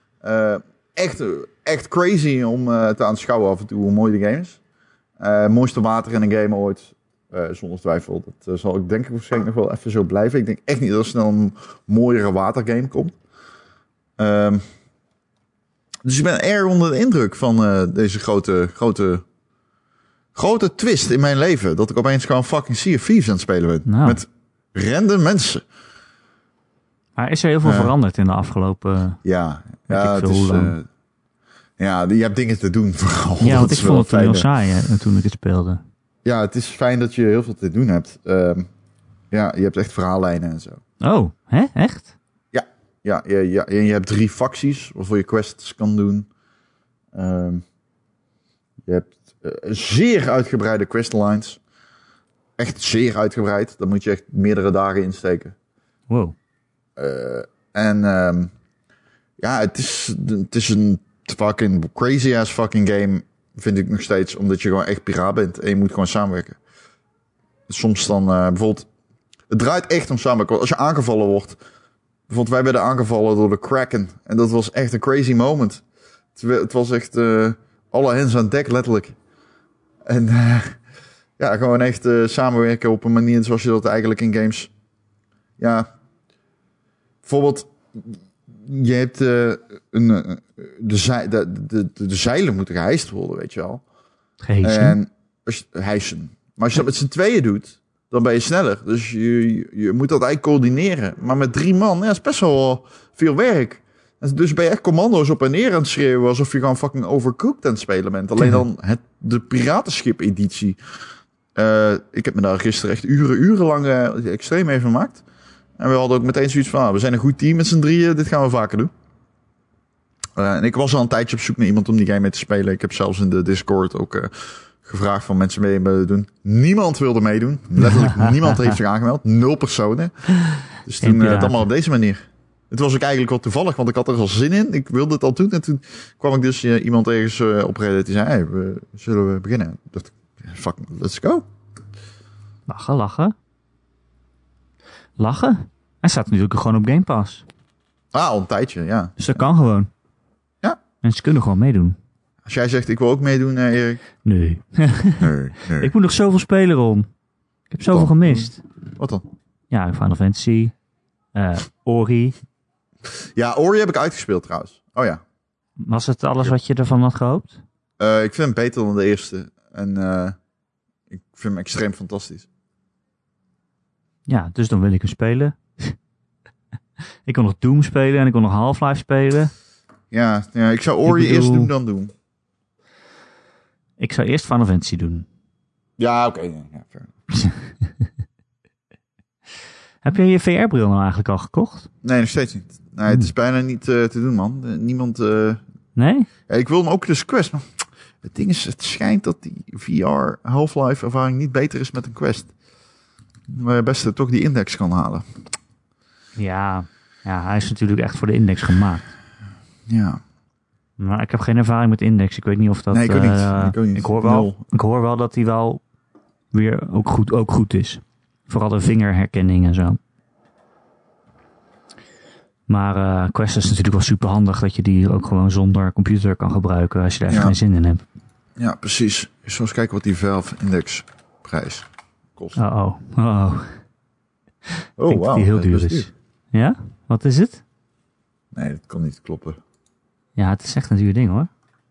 Echt crazy om te aanschouwen af en toe hoe mooi de game is. Mooiste water in een game ooit. Zonder twijfel. Dat zal ik denk ik waarschijnlijk nog wel even zo blijven. Ik denk echt niet dat er snel een mooiere watergame komt. Dus ik ben erg onder de indruk van deze grote twist in mijn leven. Dat ik opeens gewoon fucking Sea of Thieves aan het spelen ben. Nou. Met Random mensen. Maar is er heel veel veranderd in de afgelopen... Ja, het is... je hebt dingen te doen vooral. Ja, want ik vond het heel saai toen ik het speelde. Ja, het is fijn dat je heel veel te doen hebt. Je hebt echt verhaallijnen en zo. Oh, hè? Echt? Ja, je hebt 3 facties waarvoor je quests kan doen. Je hebt zeer uitgebreide questlines. Echt zeer uitgebreid. Daar moet je echt meerdere dagen in steken. Wow. Het is een fucking crazy ass fucking game, vind ik nog steeds. Omdat je gewoon echt piraat bent en je moet gewoon samenwerken. Soms dan bijvoorbeeld... Het draait echt om samenwerken. Als je aangevallen wordt... Bijvoorbeeld wij werden aangevallen door de Kraken. En dat was echt een crazy moment. Het was echt alle hens aan dek, letterlijk. En gewoon echt samenwerken op een manier zoals je dat eigenlijk in games... Ja, bijvoorbeeld... Je hebt de zeilen moeten gehijst worden, weet je wel. Hijsen. Maar als je dat met z'n tweeën doet... Dan ben je sneller. Dus je moet dat eigenlijk coördineren. Maar met 3 man, is best wel veel werk. Dus ben je echt commando's op en neer aan het schreeuwen... alsof je gewoon fucking Overcooked aan het spelen bent. Alleen dan de piratenschip-editie. Ik heb me daar gisteren echt urenlang extreem mee vermaakt. En we hadden ook meteen zoiets van... we zijn een goed team met z'n drieën, dit gaan we vaker doen. En ik was al een tijdje op zoek naar iemand om die game mee te spelen. Ik heb zelfs in de Discord ook... gevraagd van mensen mee te doen. Niemand wilde meedoen. Letterlijk niemand heeft zich aangemeld. 0 personen. Dus toen het allemaal op deze manier. Het was ook eigenlijk wel toevallig, want ik had er al zin in. Ik wilde het al doen. En toen kwam ik dus iemand ergens op Reddit die zei... Hey, zullen we beginnen? Ik dacht, fuck, let's go. Lachen? Hij staat natuurlijk gewoon op Game Pass. Al een tijdje, ja. Dus dat kan gewoon. Ja. Mensen kunnen gewoon meedoen. Als jij zegt, ik wil ook meedoen, Erik. Nee. Nee. Ik moet nog zoveel spelen, Ron. Ik heb zoveel gemist. Wat dan? Ja, Final Fantasy. Ori. Ja, Ori heb ik uitgespeeld trouwens. Oh ja. Was het alles wat je ervan had gehoopt? Ik vind hem beter dan de eerste. En ik vind hem extreem fantastisch. Ja, dus dan wil ik hem spelen. Ik kon nog Doom spelen en ik kon nog Half-Life spelen. Ja, ik zou Ori eerst doen dan Doom. Ik zou eerst Final Fantasy doen. Ja, oké. Ja, Heb je je VR-bril nou eigenlijk al gekocht? Nee, nog steeds niet. Nee, het is bijna niet te doen, man. Niemand... Nee? Ja, ik wil hem ook dus Quest, maar het ding is, het schijnt dat die VR Half-Life ervaring niet beter is met een Quest. Maar je beste toch die index kan halen. Ja, hij is natuurlijk echt voor de index gemaakt. Ja. Maar ik heb geen ervaring met index. Ik weet niet of dat... Nee, ik ook niet. Ik hoor wel dat hij wel weer ook goed is. Vooral de vingerherkenning en zo. Maar Quest is natuurlijk wel super handig dat je die ook gewoon zonder computer kan gebruiken als je daar echt geen zin in hebt. Ja, precies. Eens eens kijken wat die Valve Index prijs kost. Oh, wauw. Die heel duur is. Ja? Wat is het? Nee, dat kan niet kloppen. Ja, het is echt een duur ding, hoor.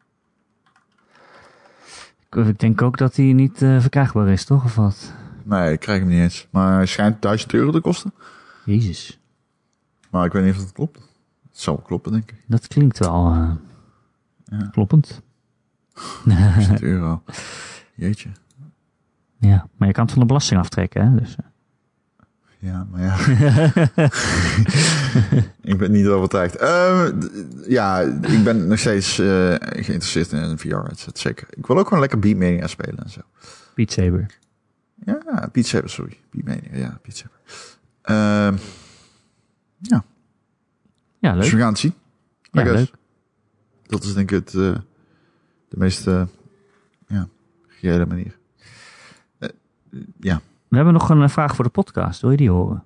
Ik denk ook dat die niet verkrijgbaar is, toch? Of wat? Nee, ik krijg hem niet eens. Maar hij schijnt €1000 te kosten. Jezus. Maar ik weet niet of dat klopt. Het zal wel kloppen, denk ik. Dat klinkt wel kloppend. €1000. Jeetje. Ja, maar je kan het van de belasting aftrekken, hè? Dus, Ja, maar ja. Ik ben niet overtuigd. Ik ben nog steeds geïnteresseerd in een VR-headset, zeker. Ik wil ook gewoon lekker Beatmania spelen en zo. Beat Saber. Ja, Beat Saber, sorry. Beatmania, ja, Beat Saber. Ja, leuk. Dus we gaan het zien. Ja, leuk. Dat is denk ik de meest reële manier. Ja. We hebben nog een vraag voor de podcast. Wil je die horen?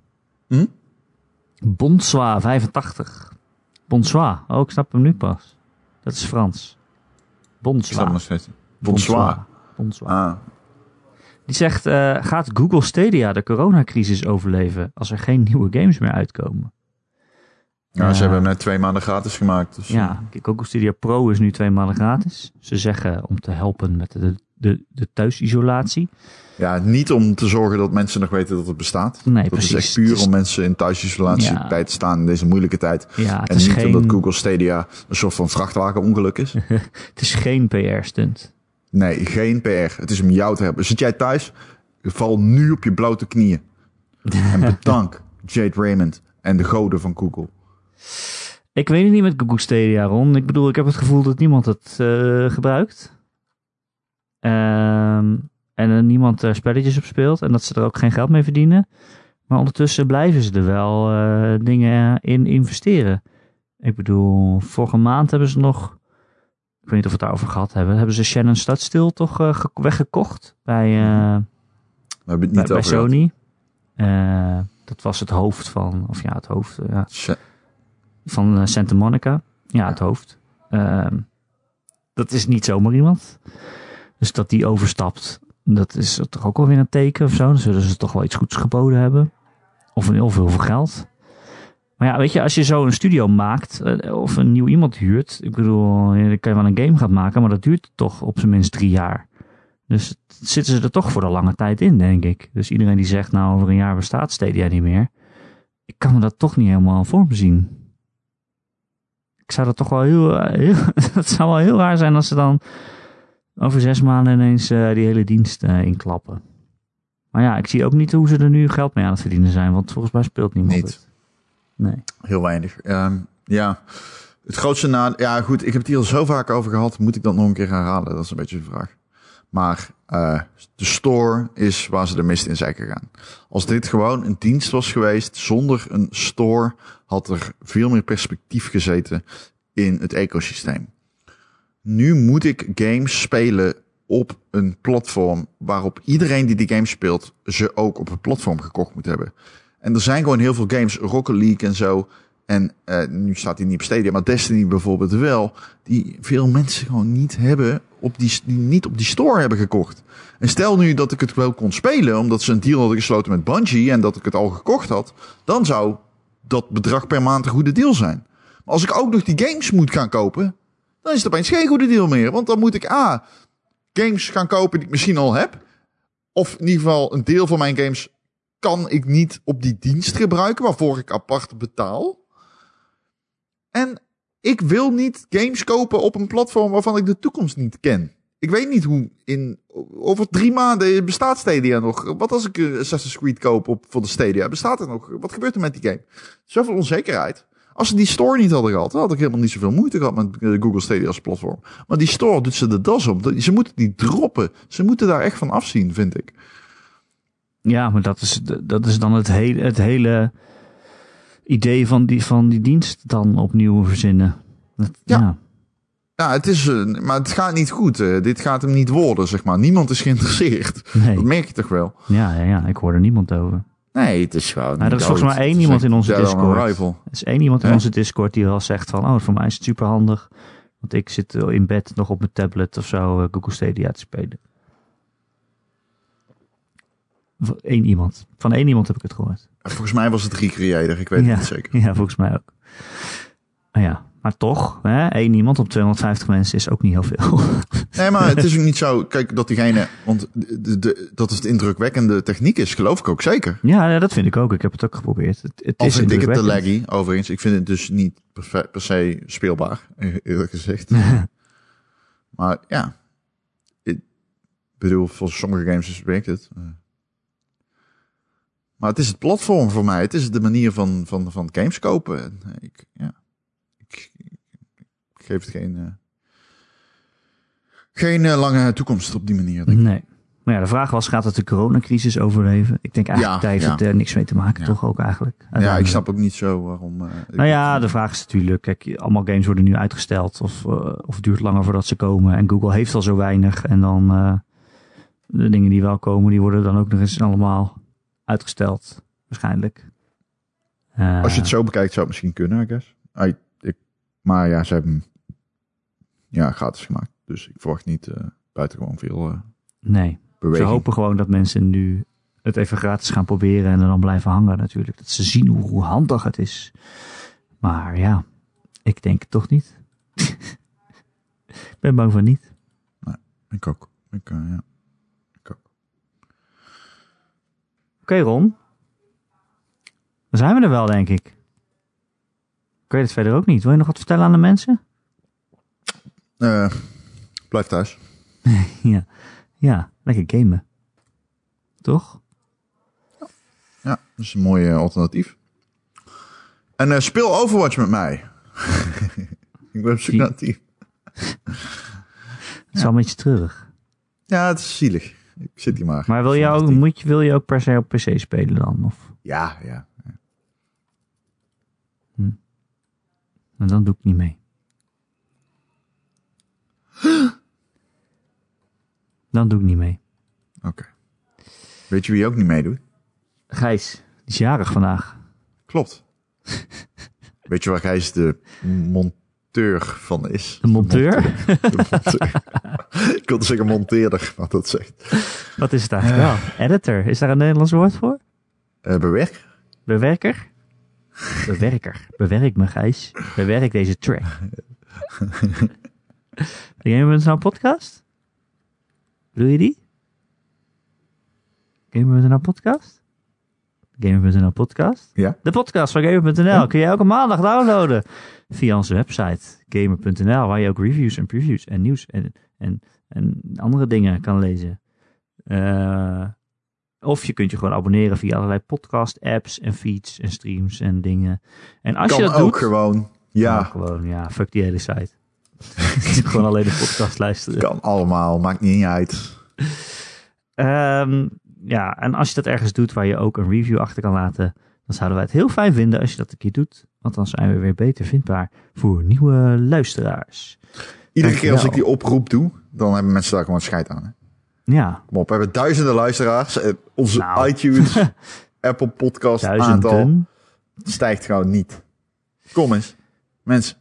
Bonsoir 85. Bonsoir. Oh, ik snap hem nu pas. Dat is Frans. Bonsoir. Bonsoir. Bonsoir. Die zegt, gaat Google Stadia de coronacrisis overleven als er geen nieuwe games meer uitkomen? Ja, ze hebben hem net 2 maanden gratis gemaakt. Dus ja, Google Stadia Pro is nu 2 maanden gratis. Ze zeggen om te helpen met de thuisisolatie. Ja, niet om te zorgen dat mensen nog weten dat het bestaat. Nee, dat precies. is echt puur om mensen in thuisisolatie bij te staan in deze moeilijke tijd. Ja, en niet omdat Google Stadia een soort van vrachtwagenongeluk is. Het is geen PR-stunt. Nee, geen PR. Het is om jou te hebben. Zit jij thuis? Val nu op je blote knieën. En bedank Jade Raymond en de goden van Google. Ik weet het niet met Google Stadia, Ron. Ik bedoel, ik heb het gevoel dat niemand het gebruikt. En er niemand spelletjes op speelt. En dat ze er ook geen geld mee verdienen. Maar ondertussen blijven ze er wel dingen in investeren. Ik bedoel, vorige maand hebben ze nog... Ik weet niet of we het daarover gehad hebben. Hebben ze Shannon Studstill toch weggekocht bij, We hebben het niet bij over Sony. Dat was het hoofd van... Of ja, het hoofd... van Santa Monica. Ja, het hoofd. Dat is niet zomaar iemand. Dus dat die overstapt, dat is toch ook wel weer een teken of zo. Dan zullen ze toch wel iets goeds geboden hebben. Of heel veel geld. Maar ja, weet je, als je zo een studio maakt of een nieuw iemand huurt. Ik bedoel, dan kan je wel een game gaan maken, maar dat duurt toch op zijn minst 3 jaar. Dus zitten ze er toch voor de lange tijd in, denk ik. Dus iedereen die zegt, nou over een jaar bestaat Stadia niet meer. Ik kan me dat toch niet helemaal voor me zien. Ik zou dat toch wel heel het zou wel heel raar zijn als ze dan over 6 maanden ineens die hele dienst inklappen. Maar ja, ik zie ook niet hoe ze er nu geld mee aan het verdienen zijn. Want volgens mij speelt niemand het. Nee. Heel weinig. Ja, het grootste ja goed, ik heb het hier al zo vaak over gehad. Moet ik dat nog een keer herhalen? Dat is een beetje de vraag. Maar de store is waar ze de mist in zijn gegaan. Als dit gewoon een dienst was geweest zonder een store, had er veel meer perspectief gezeten in het ecosysteem. Nu moet ik games spelen op een platform waarop iedereen die games speelt ze ook op een platform gekocht moet hebben. En er zijn gewoon heel veel games, Rocket League en zo. En nu staat hij niet op Stadia, maar Destiny bijvoorbeeld wel. Die veel mensen gewoon niet hebben, die niet op die store hebben gekocht. En stel nu dat ik het wel kon spelen, omdat ze een deal hadden gesloten met Bungie en dat ik het al gekocht had. Dan zou dat bedrag per maand een goede deal zijn. Maar als ik ook nog die games moet gaan kopen, dan is het opeens geen goede deal meer. Want dan moet ik games gaan kopen die ik misschien al heb. Of in ieder geval een deel van mijn games kan ik niet op die dienst gebruiken, waarvoor ik apart betaal. En ik wil niet games kopen op een platform waarvan ik de toekomst niet ken. Ik weet niet hoe over 3 maanden bestaat Stadia nog. Wat als ik Assassin's Creed koop voor de Stadia? Bestaat het nog? Wat gebeurt er met die game? Zoveel onzekerheid. Als ze die store niet hadden gehad, dan had ik helemaal niet zoveel moeite gehad met Google Stadia als platform. Maar die store doet ze de das op. Ze moeten die droppen. Ze moeten daar echt van afzien, vind ik. Ja, maar dat is dan het hele idee van die dienst dan opnieuw verzinnen. Ja, het is, maar het gaat niet goed. Dit gaat hem niet worden, zeg maar. Niemand is geïnteresseerd. Nee. Dat merk je toch wel? Ja, ik hoor er niemand over. Nee, het is gewoon. Er is volgens mij 1 iemand in onze Discord. Er is 1 iemand in onze Discord die al zegt van, voor mij is het super handig. Want ik zit in bed nog op mijn tablet of zo Google Stadia te spelen. Van 1 iemand heb ik het gehoord. Volgens mij was het Recreator, ik weet het niet zeker. Ja, volgens mij ook. Maar toch, 1 iemand op 250 mensen is ook niet heel veel. Nee, maar het is ook niet zo, kijk, dat diegene, want dat het indrukwekkende techniek is, geloof ik ook zeker. Ja, dat vind ik ook. Ik heb het ook geprobeerd. Al vind ik het te laggy, overigens. Ik vind het dus niet per se speelbaar, eerlijk gezegd. Maar ja, ik bedoel, voor sommige games werkt het. Maar het is het platform voor mij. Het is de manier van games kopen. Ik geef het geen lange toekomst op die manier, denk ik. Nee. Maar ja, de vraag was, gaat het de coronacrisis overleven? Ik denk eigenlijk, daar heeft het er niks mee te maken, toch ook eigenlijk? Ja, ik snap ook niet zo waarom... de vraag is natuurlijk, kijk, allemaal games worden nu uitgesteld of het duurt langer voordat ze komen. En Google heeft al zo weinig. En dan de dingen die wel komen, die worden dan ook nog eens allemaal uitgesteld, waarschijnlijk. Als je het zo bekijkt, zou het misschien kunnen, I guess. Maar ja, ze hebben gratis gemaakt. Dus ik verwacht niet buitengewoon veel nee, beweging. Ze hopen gewoon dat mensen nu het even gratis gaan proberen en er dan blijven hangen natuurlijk. Dat ze zien hoe handig het is. Maar ja, ik denk het toch niet. Ik ben bang van niet. Nee, ik ook. Ik ook. Oké, Ron. Dan zijn we er wel, denk ik. Ik weet het verder ook niet. Wil je nog wat vertellen aan de mensen? Blijf thuis. Ja, lekker gamen. Toch? Ja, dat is een mooi alternatief. En speel Overwatch met mij. Ik ben op zoek naar een team. Het is wel een beetje treurig. Ja, het is zielig. Ik zit hier maar. Maar wil je ook per se op PC spelen dan? Of? Ja. En dan doe ik niet mee. Dan doe ik niet mee. Oké. Weet je wie ook niet meedoet? Gijs, die is jarig vandaag. Klopt. Weet je waar Gijs de monteur van is? De monteur? De monteur. Ik wilde zeggen monteerder, wat dat zegt. Wat is het eigenlijk wel? Editor, is daar een Nederlands woord voor? Bewerker? Bewerker? Bewerk me, Gijs. Bewerk deze track. Gamer.nl podcast? Bedoel je die? Gamer.nl podcast? Gamer.nl podcast? Ja. De podcast van Gamer.nl kun je elke maandag downloaden via onze website Gamer.nl, waar je ook reviews en previews en nieuws en andere dingen kan lezen. Of je kunt je gewoon abonneren via allerlei podcast apps en feeds en streams en dingen. En als kan je dat ook doet, gewoon. Ja. Fuck die hele site. Gewoon alleen de podcast luisteren. Kan allemaal, maakt niet uit. En als je dat ergens doet waar je ook een review achter kan laten, dan zouden wij het heel fijn vinden als je dat een keer doet. Want dan zijn we weer beter vindbaar voor nieuwe luisteraars. Iedere keer als ik die oproep doe, dan hebben mensen daar gewoon scheid aan. Hè? Ja. Kom op, we hebben duizenden luisteraars. Onze iTunes, Apple Podcast aantal stijgt gewoon niet. Kom eens, mensen.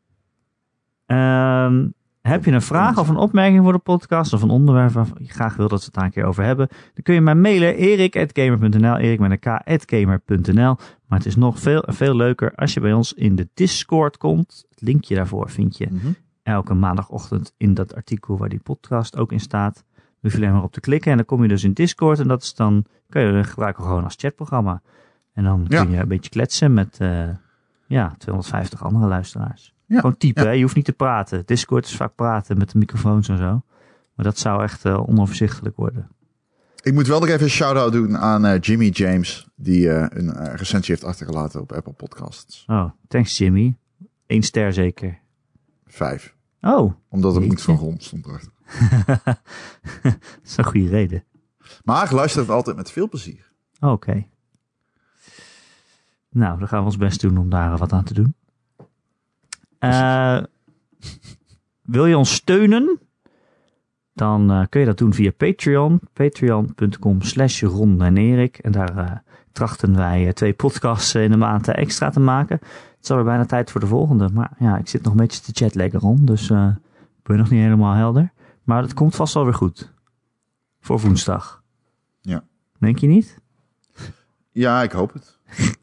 Heb je een vraag of een opmerking voor de podcast of een onderwerp waarvan je graag wil dat we het daar een keer over hebben, dan kun je mij mailen erik@gamer.nl, erik met een k@gamer.nl. Maar het is nog veel leuker als je bij ons in de Discord komt. Het linkje daarvoor vind je elke maandagochtend in dat artikel waar die podcast ook in staat. Dan hoef je alleen maar op te klikken en dan kom je dus in Discord en dat is dan, kun je gebruiken gewoon als chatprogramma. En dan kun je een beetje kletsen met 250 andere luisteraars. Ja, gewoon typen, hè? Je hoeft niet te praten. Discord is vaak praten met de microfoons en zo. Maar dat zou echt onoverzichtelijk worden. Ik moet wel nog even een shout-out doen aan Jimmy James, die een recensie heeft achtergelaten op Apple Podcasts. Oh, thanks Jimmy. 1 ster zeker. 5. Oh. Omdat het moet van grond stond erachter. Dat is een goede reden. Maar luister het altijd met veel plezier. Oké. Nou, dan gaan we ons best doen om daar wat aan te doen. Wil je ons steunen? Dan kun je dat doen via Patreon. Patreon.com/Ron en Erik. En daar trachten wij 2 podcasts in de maand extra te maken. Het is alweer bijna tijd voor de volgende. Maar ja, ik zit nog een beetje te chatlaggen, Ron. Dus ben je nog niet helemaal helder. Maar het komt vast wel weer goed. Voor woensdag. Ja. Denk je niet? Ja, ik hoop het.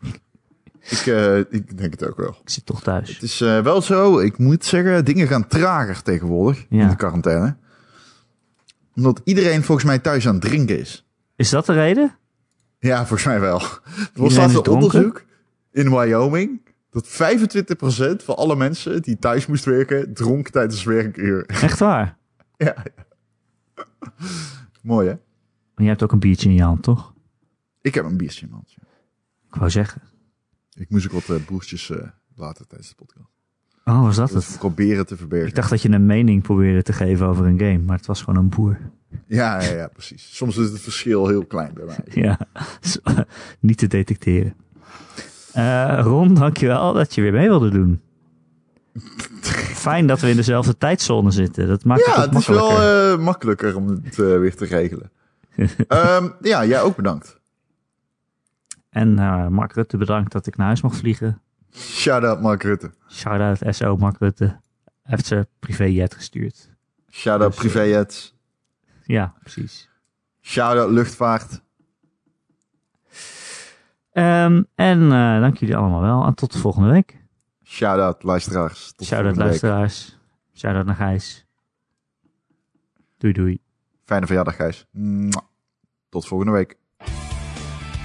Ik denk het ook wel. Ik zit toch thuis. Het is wel zo, ik moet zeggen, dingen gaan trager tegenwoordig in de quarantaine. Omdat iedereen volgens mij thuis aan het drinken is. Is dat de reden? Ja, volgens mij wel. Er was laatst een onderzoek in Wyoming dat 25% van alle mensen die thuis moest werken, dronk tijdens werkuur. Echt waar? Ja. Mooi, hè? Maar jij hebt ook een biertje in je hand, toch? Ik heb een biertje in mijn hand. Ja. Ik wou zeggen. Ik moest ook wat broertjes laten tijdens de podcast. Oh, was dat het? Proberen te verbergen. Ik dacht dat je een mening probeerde te geven over een game, maar het was gewoon een boer. Ja, precies. Soms is het verschil heel klein bij mij. Ja, niet te detecteren. Ron, dankjewel dat je weer mee wilde doen. Fijn dat we in dezelfde tijdzone zitten. Dat maakt het ook makkelijker. Ja, het is wel makkelijker om het weer te regelen. Ja, jij ook bedankt. En Mark Rutte bedankt dat ik naar huis mocht vliegen. Shout-out Mark Rutte. Shout-out SO Mark Rutte. Hij heeft zijn privéjet gestuurd. Shout-out dus, privéjets. Ja, precies. Shout-out luchtvaart. Dank jullie allemaal wel. En tot de volgende week. Shout-out luisteraars. Shout-out luisteraars. Shout-out naar Gijs. Doei doei. Fijne verjaardag Gijs. Tot volgende week.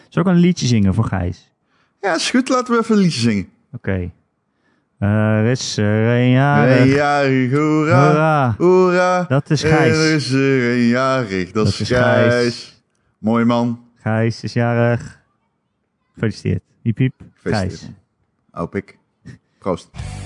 Zal ik een liedje zingen voor Gijs? Ja, is goed. Laten we even een liedje zingen. Oké. Er is een jarig. Een jarig, hoera. Hoera. Hoera. Dat is Gijs. Er is er een jarig. Dat is Gijs. Mooi man. Gijs is jarig. Gefeliciteerd. Hiep hiep. Gefeliciteerd. Gijs. Hoop ik. Proost.